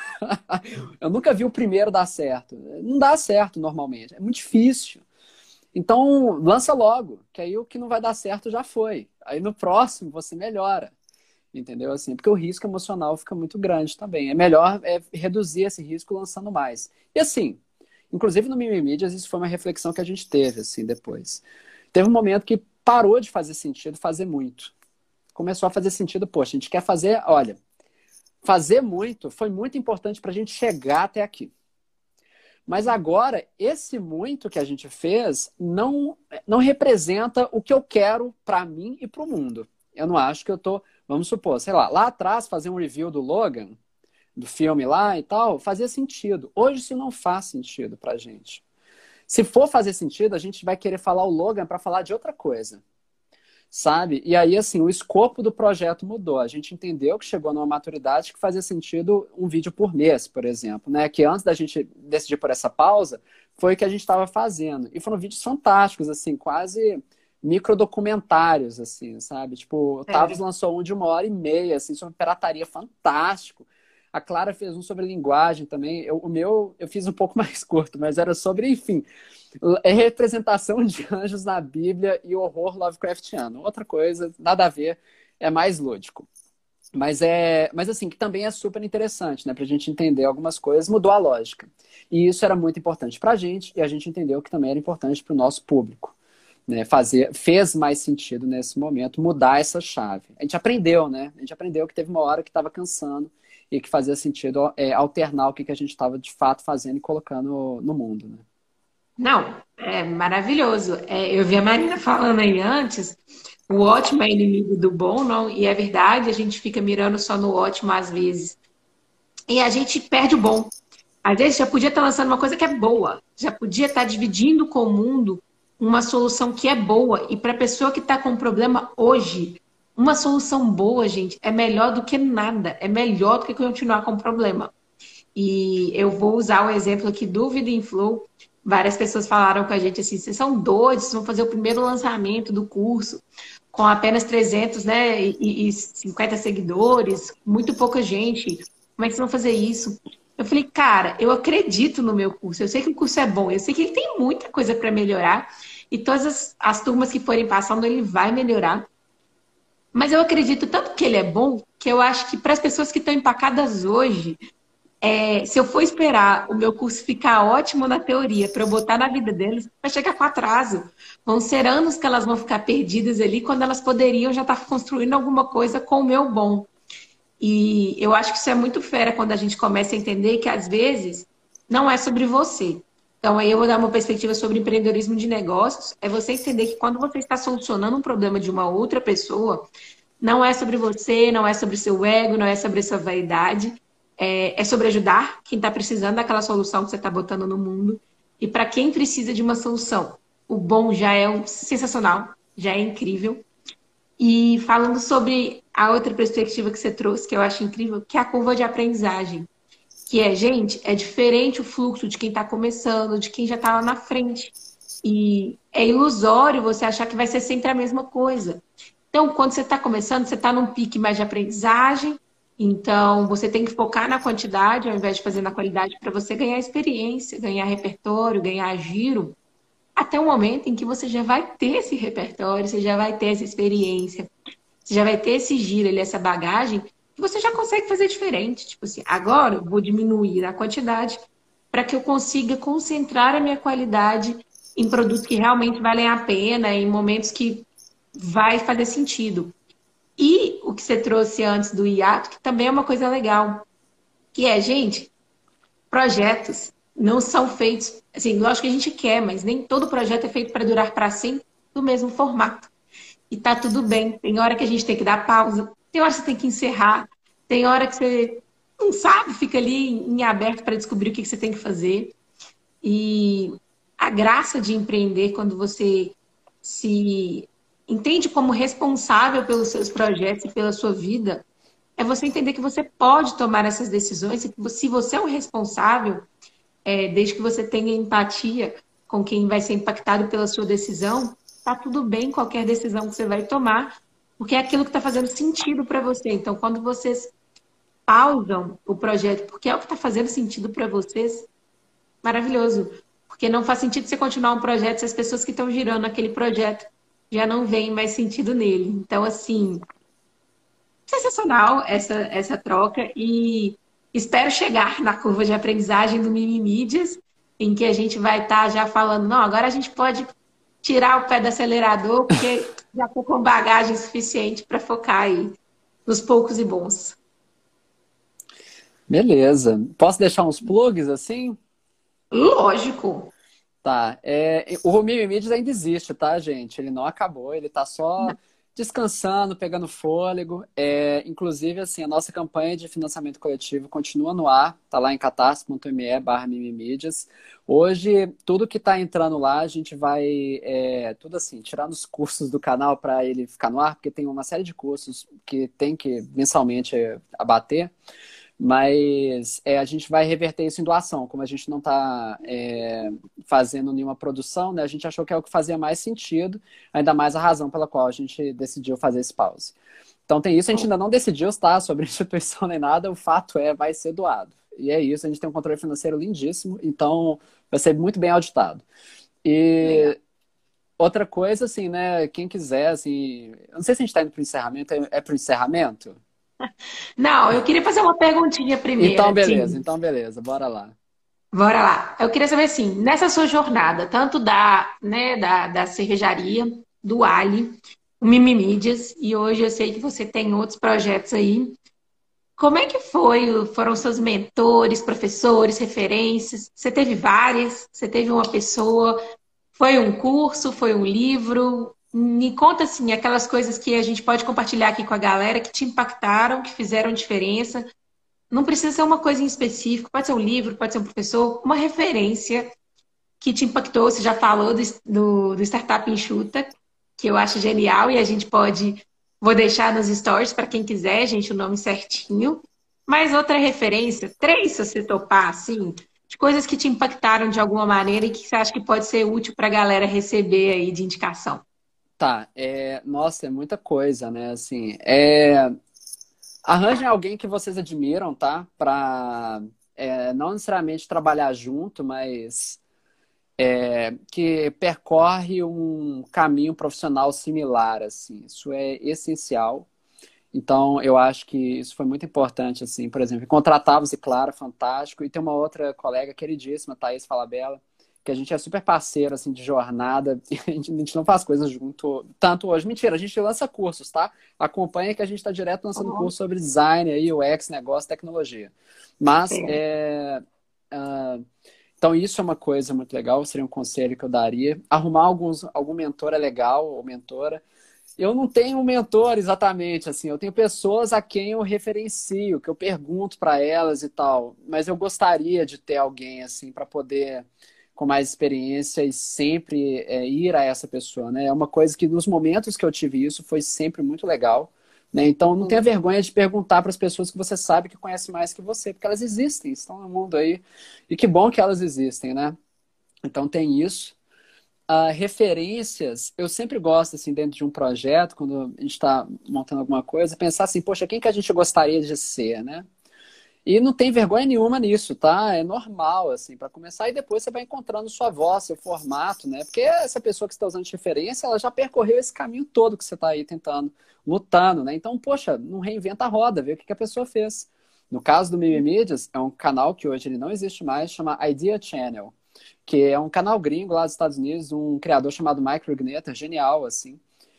Eu nunca vi o primeiro dar certo. Não dá certo normalmente, é muito difícil. Então, lança logo, que aí o que não vai dar certo já foi. Aí no próximo você melhora. Entendeu? Assim, porque o risco emocional fica muito grande também. É melhor reduzir esse risco lançando mais. E assim, inclusive no Mimimídias, isso foi uma reflexão que a gente teve, assim, depois. Teve um momento que parou de fazer sentido fazer muito. começou a fazer sentido. Poxa, a gente quer fazer, olha, fazer muito foi muito importante para a gente chegar até aqui. Mas agora, esse muito que a gente fez não representa o que eu quero para mim e para o mundo. Eu não acho que eu tô, vamos supor, sei lá atrás fazer um review do Logan, do filme lá e tal, fazia sentido. Hoje isso não faz sentido pra gente. Se for fazer sentido, a gente vai querer falar o Logan para falar de outra coisa. Sabe? E aí, assim, o escopo do projeto mudou. A gente entendeu que chegou numa maturidade que fazia sentido um vídeo por mês, por exemplo, né? Que antes da gente decidir por essa pausa, foi o que a gente estava fazendo. E foram vídeos fantásticos, assim, quase microdocumentários, assim, sabe? Tipo, o Tavis lançou um de 1h30, assim, sobre pirataria, fantástico. A Clara fez um sobre linguagem também. O meu eu fiz um pouco mais curto, mas era sobre, enfim, representação de anjos na Bíblia e horror Lovecraftiano. Outra coisa, nada a ver, é mais lúdico. Mas assim, que também é super interessante, né? Pra gente entender algumas coisas, mudou a lógica. E isso era muito importante pra gente, e a gente entendeu que também era importante pro nosso público. Né, fez mais sentido nesse momento mudar essa chave. A gente aprendeu, né? A gente aprendeu que teve uma hora que estava cansando e que fazia sentido alternar o que a gente estava de fato fazendo e colocando no mundo. Né? Não, é maravilhoso. Eu vi a Marina falando aí antes, o ótimo é inimigo do bom, não? E é verdade, a gente fica mirando só no ótimo às vezes. E a gente perde o bom. Às vezes já podia estar lançando uma coisa que é boa, já podia estar dividindo com o mundo uma solução que é boa. E para a pessoa que está com um problema hoje, uma solução boa, gente, é melhor do que nada. É melhor do que continuar com o problema. E eu vou usar o exemplo aqui do Vida em Flow. Várias pessoas falaram com a gente assim, vocês são doidos, vocês vão fazer o primeiro lançamento do curso com apenas 300, né, e 50 seguidores, muito pouca gente. Como é que vocês vão fazer isso? Eu falei, cara, eu acredito no meu curso. Eu sei que o curso é bom, eu sei que ele tem muita coisa para melhorar. E todas as turmas que forem passando, ele vai melhorar. Mas eu acredito tanto que ele é bom, que eu acho que para as pessoas que estão empacadas hoje, se eu for esperar o meu curso ficar ótimo na teoria para eu botar na vida deles, vai chegar com atraso. Vão ser anos que elas vão ficar perdidas ali, quando elas poderiam já estar construindo alguma coisa com o meu bom. E eu acho que isso é muito fera quando a gente começa a entender que, às vezes, não é sobre você. Então, aí eu vou dar uma perspectiva sobre empreendedorismo de negócios. É você entender que quando você está solucionando um problema de uma outra pessoa, não é sobre você, não é sobre seu ego, não é sobre sua vaidade. É sobre ajudar quem está precisando daquela solução que você está botando no mundo. E para quem precisa de uma solução, o bom já é sensacional, já é incrível. E falando sobre a outra perspectiva que você trouxe, que eu acho incrível, que é a curva de aprendizagem. Que gente, é diferente o fluxo de quem está começando, de quem já está lá na frente. E é ilusório você achar que vai ser sempre a mesma coisa. Então, quando você está começando, você está num pique mais de aprendizagem. Então, você tem que focar na quantidade ao invés de fazer na qualidade para você ganhar experiência, ganhar repertório, ganhar giro. Até o momento em que você já vai ter esse repertório, você já vai ter essa experiência, você já vai ter esse giro, essa bagagem, que você já consegue fazer diferente. Tipo assim, agora eu vou diminuir a quantidade para que eu consiga concentrar a minha qualidade em produtos que realmente valem a pena, em momentos que vai fazer sentido. E o que você trouxe antes do hiato, que também é uma coisa legal, que gente, projetos não são feitos, assim, lógico que a gente quer, mas nem todo projeto é feito para durar para sempre do mesmo formato. E tá tudo bem. Tem hora que a gente tem que dar pausa, tem hora que você tem que encerrar, tem hora que você não sabe, fica ali em aberto para descobrir o que você tem que fazer. E a graça de empreender quando você se entende como responsável pelos seus projetos e pela sua vida, é você entender que você pode tomar essas decisões e que se você é o responsável, desde que você tenha empatia com quem vai ser impactado pela sua decisão, tá tudo bem qualquer decisão que você vai tomar, porque é aquilo que está fazendo sentido para você. Então, quando vocês pausam o projeto, porque é o que está fazendo sentido para vocês, maravilhoso. Porque não faz sentido você continuar um projeto se as pessoas que estão girando aquele projeto já não veem mais sentido nele. Então, assim, sensacional essa troca e espero chegar na curva de aprendizagem do Mimimídias, em que a gente vai estar já falando, não, agora a gente pode tirar o pé do acelerador, porque já estou com bagagem suficiente para focar aí nos poucos e bons. Beleza. Posso deixar uns plugs assim? Lógico. Tá. O Mimimides ainda existe, tá, gente? Ele não acabou, ele tá só descansando, pegando fôlego. Inclusive, assim, a nossa campanha de financiamento coletivo continua no ar, tá lá em catarse.me/mimimídias. Hoje, tudo que tá entrando lá, a gente vai, tudo assim, tirar nos cursos do canal para ele ficar no ar, porque tem uma série de cursos que tem que mensalmente abater. Mas a gente vai reverter isso em doação. Como a gente não está fazendo nenhuma produção, né, a gente achou que é o que fazia mais sentido, ainda mais a razão pela qual a gente decidiu fazer esse pause. Então tem isso, a gente ainda não decidiu, tá, sobre instituição nem nada, o fato vai ser doado. E é isso, a gente tem um controle financeiro lindíssimo, então vai ser muito bem auditado. E legal. Outra coisa, assim, né, quem quiser, assim, eu não sei se a gente está indo para o encerramento, para o encerramento? Não, eu queria fazer uma perguntinha primeiro. Então beleza, bora lá. Bora lá. Eu queria saber assim, nessa sua jornada, tanto da cervejaria, do Ali, o Mimimídias, e hoje eu sei que você tem outros projetos aí. Como é que foram seus mentores, professores, referências? Você teve várias? Você teve uma pessoa? Foi um curso? Foi um livro? Me conta, assim, aquelas coisas que a gente pode compartilhar aqui com a galera que te impactaram, que fizeram diferença. Não precisa ser uma coisa em específico, pode ser um livro, pode ser um professor, uma referência que te impactou. Você já falou do Startup Enxuta, que eu acho genial, e a gente pode... Vou deixar nos stories para quem quiser, gente, o nome certinho. Mas outra referência, 3, se você topar, assim, de coisas que te impactaram de alguma maneira e que você acha que pode ser útil para a galera receber aí de indicação. Tá, nossa, é muita coisa, né? Assim, arranjem alguém que vocês admiram, tá? Pra não necessariamente trabalhar junto, mas que percorre um caminho profissional similar, assim. Isso é essencial. Então, eu acho que isso foi muito importante, assim. Por exemplo, contratar você, claro, fantástico. E tem uma outra colega queridíssima, Thaís Falabella, que a gente é super parceiro, assim, de jornada. A gente não faz coisas junto tanto hoje. Mentira, a gente lança cursos, tá? Acompanha que a gente está direto lançando curso sobre design, aí, UX, negócio, tecnologia. Mas, então isso é uma coisa muito legal, seria um conselho que eu daria. Arrumar algum mentor é legal, ou mentora. Eu não tenho um mentor exatamente, assim, eu tenho pessoas a quem eu referencio, que eu pergunto para elas e tal, mas eu gostaria de ter alguém, assim, para poder, com mais experiência e sempre ir a essa pessoa, né? É uma coisa que nos momentos que eu tive isso foi sempre muito legal, né? Então não tenha vergonha de perguntar para as pessoas que você sabe que conhecem mais que você, porque elas existem, estão no mundo aí, e que bom que elas existem, né? Então tem isso. Referências, eu sempre gosto, assim, dentro de um projeto, quando a gente está montando alguma coisa, pensar assim, poxa, quem que a gente gostaria de ser, né? E não tem vergonha nenhuma nisso, tá? É normal, assim, para começar, e depois você vai encontrando sua voz, seu formato, né? Porque essa pessoa que você está usando de referência, ela já percorreu esse caminho todo que você está aí tentando, lutando, né? Então, poxa, não reinventa a roda, vê o que a pessoa fez. No caso do Mimimídias, é um canal que hoje ele não existe mais, chama Idea Channel, que é um canal gringo lá dos Estados Unidos, um criador chamado Mike Ruggnetter, genial, assim.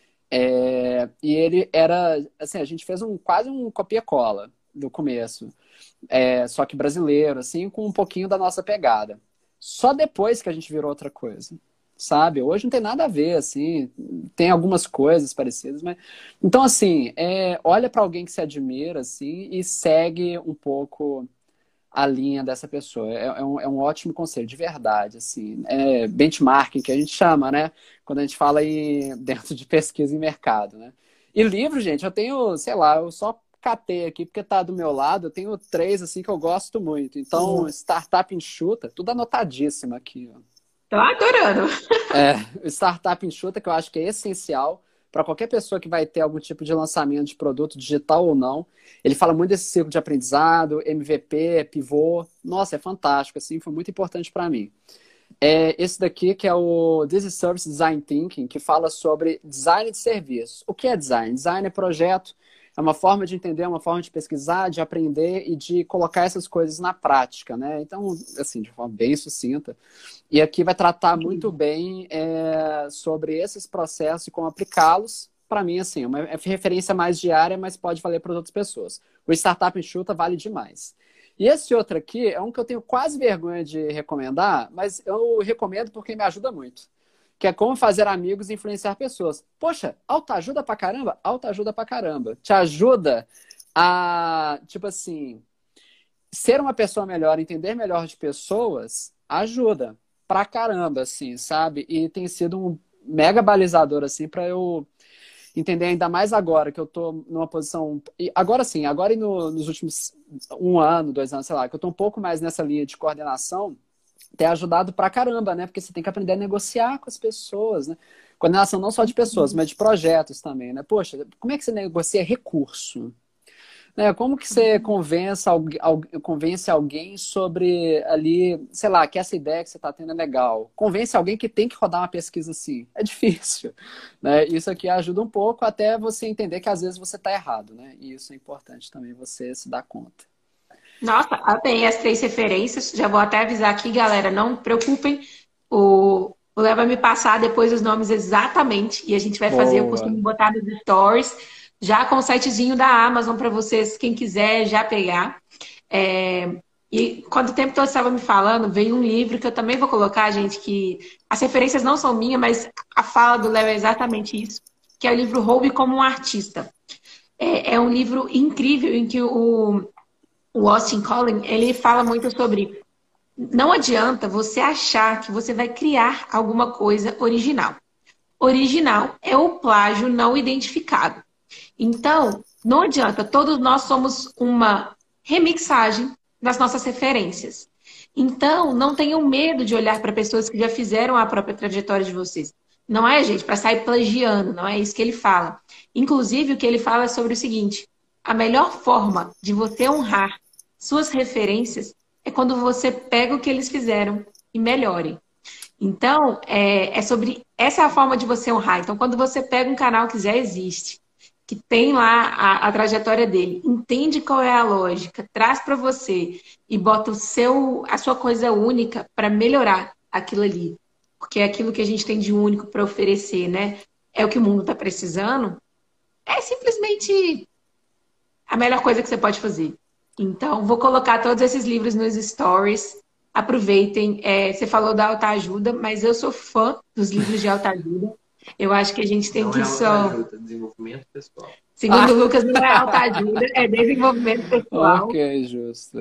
E ele era, assim, a gente fez quase um copia-cola do começo, só que brasileiro, assim, com um pouquinho da nossa pegada. Só depois que a gente virou outra coisa, sabe? Hoje não tem nada a ver, assim, tem algumas coisas parecidas, mas... Então, assim, olha para alguém que se admira, assim, e segue um pouco a linha dessa pessoa. É um ótimo conselho, de verdade, assim. Benchmarking, que a gente chama, né? Quando a gente fala dentro de pesquisa em mercado, né? E livro, gente, eu tenho, sei lá, eu só catei aqui porque tá do meu lado, eu tenho 3, assim, que eu gosto muito. Então, Startup Enxuta, tudo anotadíssimo aqui, ó. Tô adorando. Startup Enxuta, que eu acho que é essencial para qualquer pessoa que vai ter algum tipo de lançamento de produto digital ou não. Ele fala muito desse ciclo de aprendizado, MVP, pivô. Nossa, é fantástico, assim, foi muito importante para mim. Esse daqui que é o This is Service Design Thinking, que fala sobre design de serviços. O que é design? Design é projeto, É uma forma de entender, é uma forma de pesquisar, de aprender e de colocar essas coisas na prática, né? Então, assim, de forma bem sucinta. E aqui vai tratar muito bem sobre esses processos e como aplicá-los. Para mim, assim, uma referência mais diária, mas pode valer para outras pessoas. O Startup Enxuta vale demais. E esse outro aqui é um que eu tenho quase vergonha de recomendar, mas eu recomendo porque me ajuda muito. Que é como fazer amigos e influenciar pessoas. Poxa, autoajuda pra caramba? Autoajuda pra caramba. Te ajuda a, tipo assim, ser uma pessoa melhor, entender melhor de pessoas, ajuda pra caramba, assim, sabe? E tem sido um mega balizador, assim, pra eu entender ainda mais agora que eu tô numa posição... Agora sim, agora e nos últimos 1 ano, 2 anos, sei lá, que eu tô um pouco mais nessa linha de coordenação, ter ajudado pra caramba, né? Porque você tem que aprender a negociar com as pessoas, né? Coordenação não só de pessoas, mas de projetos também, né? Poxa, como é que você negocia recurso? Né? Como que você convence alguém sobre ali, sei lá, que essa ideia que você está tendo é legal? Convence alguém que tem que rodar uma pesquisa assim. É difícil, né? Isso aqui ajuda um pouco até você entender que às vezes você está errado, né? E isso é importante também você se dar conta. Nossa, tem as 3 referências. Já vou até avisar aqui, galera. Não preocupem. O Léo vai me passar depois os nomes exatamente. E a gente vai fazer. Eu Boa. costumo botar nos stories. Já com o sitezinho da Amazon para vocês, quem quiser já pegar. E quando o tempo todo estava me falando, veio um livro que eu também vou colocar, gente, que as referências não são minhas, mas a fala do Léo é exatamente isso. Que é o livro Roube como um Artista. É um livro incrível em que o Austin Collins, ele fala muito sobre não adianta você achar que você vai criar alguma coisa original. Original é o plágio não identificado. Então, não adianta, todos nós somos uma remixagem das nossas referências. Então, não tenham medo de olhar para pessoas que já fizeram a própria trajetória de vocês. Não é, gente, para sair plagiando, não é isso que ele fala. Inclusive, o que ele fala é sobre o seguinte: a melhor forma de você honrar suas referências é quando você pega o que eles fizeram e melhore. Então, sobre. Essa é a forma de você honrar. Então, quando você pega um canal que já existe, que tem lá a trajetória dele, entende qual é a lógica, traz para você e bota a sua coisa única para melhorar aquilo ali. Porque é aquilo que a gente tem de único para oferecer, né? É o que o mundo está precisando. É simplesmente a melhor coisa que você pode fazer. Então, vou colocar todos esses livros nos stories. Aproveitem. Você falou da autoajuda, mas eu sou fã dos livros de autoajuda. Eu acho que a gente tem que só. Autoajuda, desenvolvimento pessoal. Segundo o Lucas, não é autoajuda, é desenvolvimento pessoal. Ok, justo.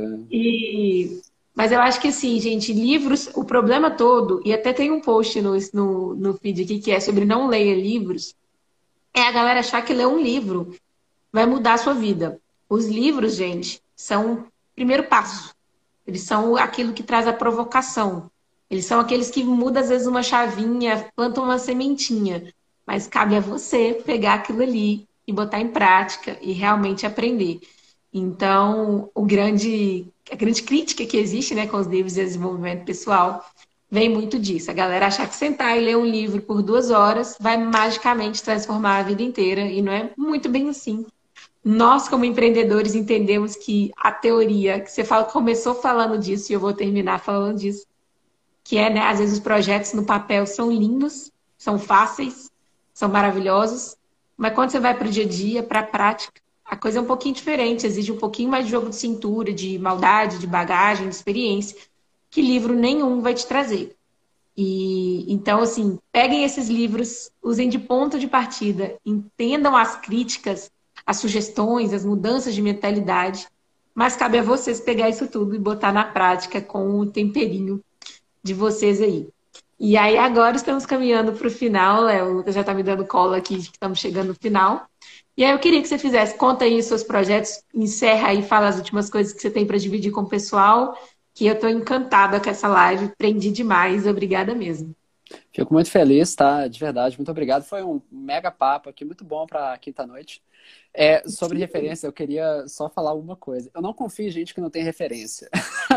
Mas eu acho que assim, gente, livros, o problema todo, e até tem um post no feed aqui que é sobre não leia livros, é a galera achar que ler um livro vai mudar a sua vida. Os livros, gente, são o primeiro passo. Eles são aquilo que traz a provocação. Eles são aqueles que mudam, às vezes, uma chavinha, plantam uma sementinha. Mas cabe a você pegar aquilo ali e botar em prática e realmente aprender. Então, a grande crítica que existe, né, com os livros de desenvolvimento pessoal vem muito disso. A galera achar que sentar e ler um livro por 2 horas vai magicamente transformar a vida inteira. E não é muito bem assim. Nós, como empreendedores, entendemos que a teoria, que você começou falando disso e eu vou terminar falando disso, que é, né, às vezes os projetos no papel são lindos, são fáceis, são maravilhosos, mas quando você vai para o dia a dia, para a prática, a coisa é um pouquinho diferente, exige um pouquinho mais de jogo de cintura, de maldade, de bagagem, de experiência, que livro nenhum vai te trazer. E então, assim, peguem esses livros, usem de ponto de partida, entendam as críticas, as sugestões, as mudanças de mentalidade, mas cabe a vocês pegar isso tudo e botar na prática com o temperinho de vocês aí. E aí agora estamos caminhando para o final, Léo. O Lucas já está me dando cola aqui, que estamos chegando no final. E aí eu queria que você fizesse, conta aí os seus projetos, encerra aí, fala as últimas coisas que você tem para dividir com o pessoal, que eu estou encantada com essa live, aprendi demais, obrigada mesmo. Fico muito feliz, tá? De verdade, muito obrigado. Foi um mega papo aqui, muito bom para quinta-noite. Sobre referência, eu queria só falar uma coisa. Eu não confio em gente que não tem referência.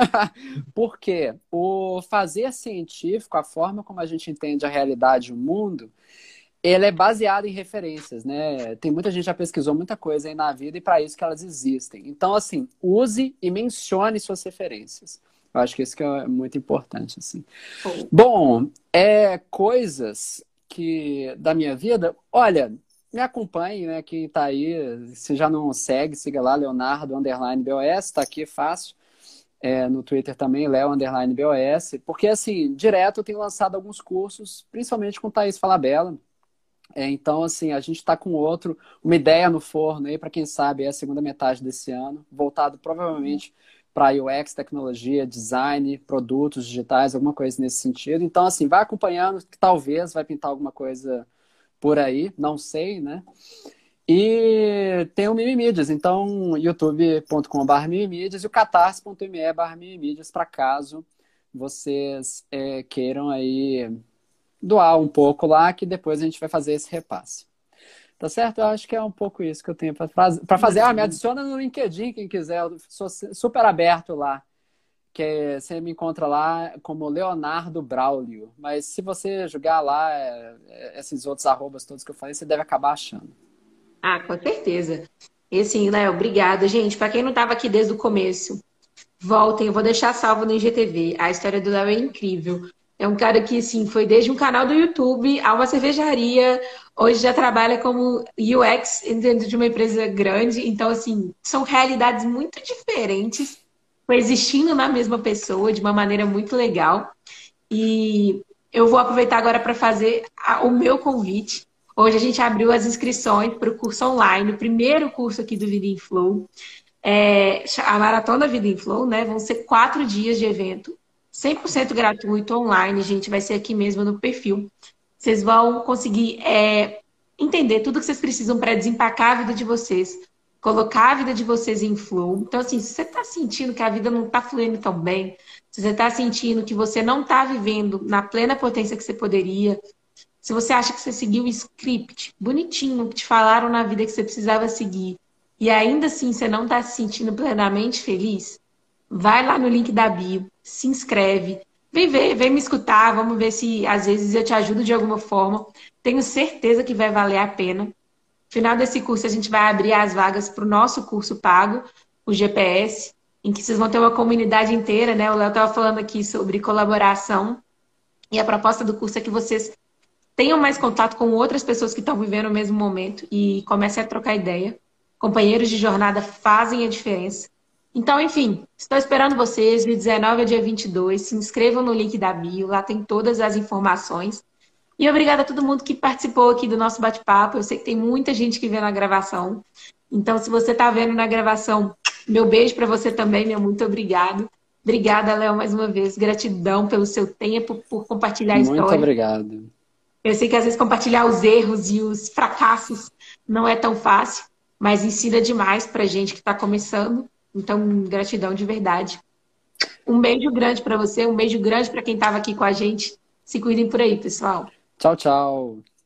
Porque o fazer científico, a forma como a gente entende a realidade e o mundo, ele é baseado em referências, né? Tem muita gente que já pesquisou muita coisa aí na vida e para isso que elas existem. Então, assim, use e mencione suas referências. Eu acho que isso que é muito importante, assim. Bom, coisas que da minha vida, olha, me acompanhe, né? Quem tá aí, se já não segue, siga lá, Leonardo_BOS, tá aqui fácil. No Twitter também, Leo_BOS, porque assim, direto eu tenho lançado alguns cursos, principalmente com Thaís Falabella. Então, assim, a gente está com uma ideia no forno aí, para quem sabe, é a segunda metade desse ano, voltado provavelmente para UX, tecnologia, design, produtos digitais, alguma coisa nesse sentido. Então, assim, vai acompanhando, que talvez vai pintar alguma coisa por aí, não sei, né? E tem o Mimimídias, então youtube.com/mimimídias e o catarse.me/mimimídias, para caso vocês queiram aí doar um pouco lá, que depois a gente vai fazer esse repasse. Tá certo? Eu acho que é um pouco isso que eu tenho para fazer. Me adiciona no LinkedIn, quem quiser. Eu sou super aberto lá. Você me encontra lá como Leonardo Braulio. Mas se você jogar lá esses outros arrobas todos que eu falei, você deve acabar achando. Ah, com certeza. E assim, Léo, obrigada. Gente, para quem não estava aqui desde o começo, voltem, eu vou deixar salvo no IGTV. A história do Léo é incrível. É um cara que, assim, foi desde um canal do YouTube a uma cervejaria, hoje já trabalha como UX dentro de uma empresa grande. Então, assim, são realidades muito diferentes, coexistindo na mesma pessoa de uma maneira muito legal. E eu vou aproveitar agora para fazer o meu convite. Hoje a gente abriu as inscrições para o curso online, o primeiro curso aqui do Vida em Flow. A Maratona Vida em Flow, né? Vão ser 4 dias de evento, 100% gratuito, online, gente. Vai ser aqui mesmo no perfil. Vocês vão conseguir entender tudo que vocês precisam para desempacar a vida de vocês, colocar a vida de vocês em flow. Então, assim, se você está sentindo que a vida não está fluindo tão bem, se você está sentindo que você não está vivendo na plena potência que você poderia, se você acha que você seguiu o script bonitinho que te falaram na vida que você precisava seguir, e ainda assim você não está se sentindo plenamente feliz, vai lá no link da bio, se inscreve, vem ver, vem me escutar, vamos ver se às vezes eu te ajudo de alguma forma. Tenho certeza que vai valer a pena. No final desse curso a gente vai abrir as vagas para o nosso curso pago, o GPS, em que vocês vão ter uma comunidade inteira, né? O Léo estava falando aqui sobre colaboração, e a proposta do curso é que vocês tenham mais contato com outras pessoas que estão vivendo o mesmo momento e comecem a trocar ideia. Companheiros de jornada fazem a diferença. Então, enfim, estou esperando vocês de 19 a dia 22. Se inscrevam no link da bio, lá tem todas as informações. E obrigada a todo mundo que participou aqui do nosso bate-papo. Eu sei que tem muita gente que vê na gravação. Então, se você está vendo na gravação, meu beijo para você também, meu muito obrigado. Obrigada, Léo, mais uma vez. Gratidão pelo seu tempo, por compartilhar a história. Muito obrigado. Eu sei que às vezes compartilhar os erros e os fracassos não é tão fácil, mas ensina demais pra gente que está começando. Então, gratidão de verdade. Um beijo grande para você, um beijo grande para quem estava aqui com a gente. Se cuidem por aí, pessoal. Tchau, tchau.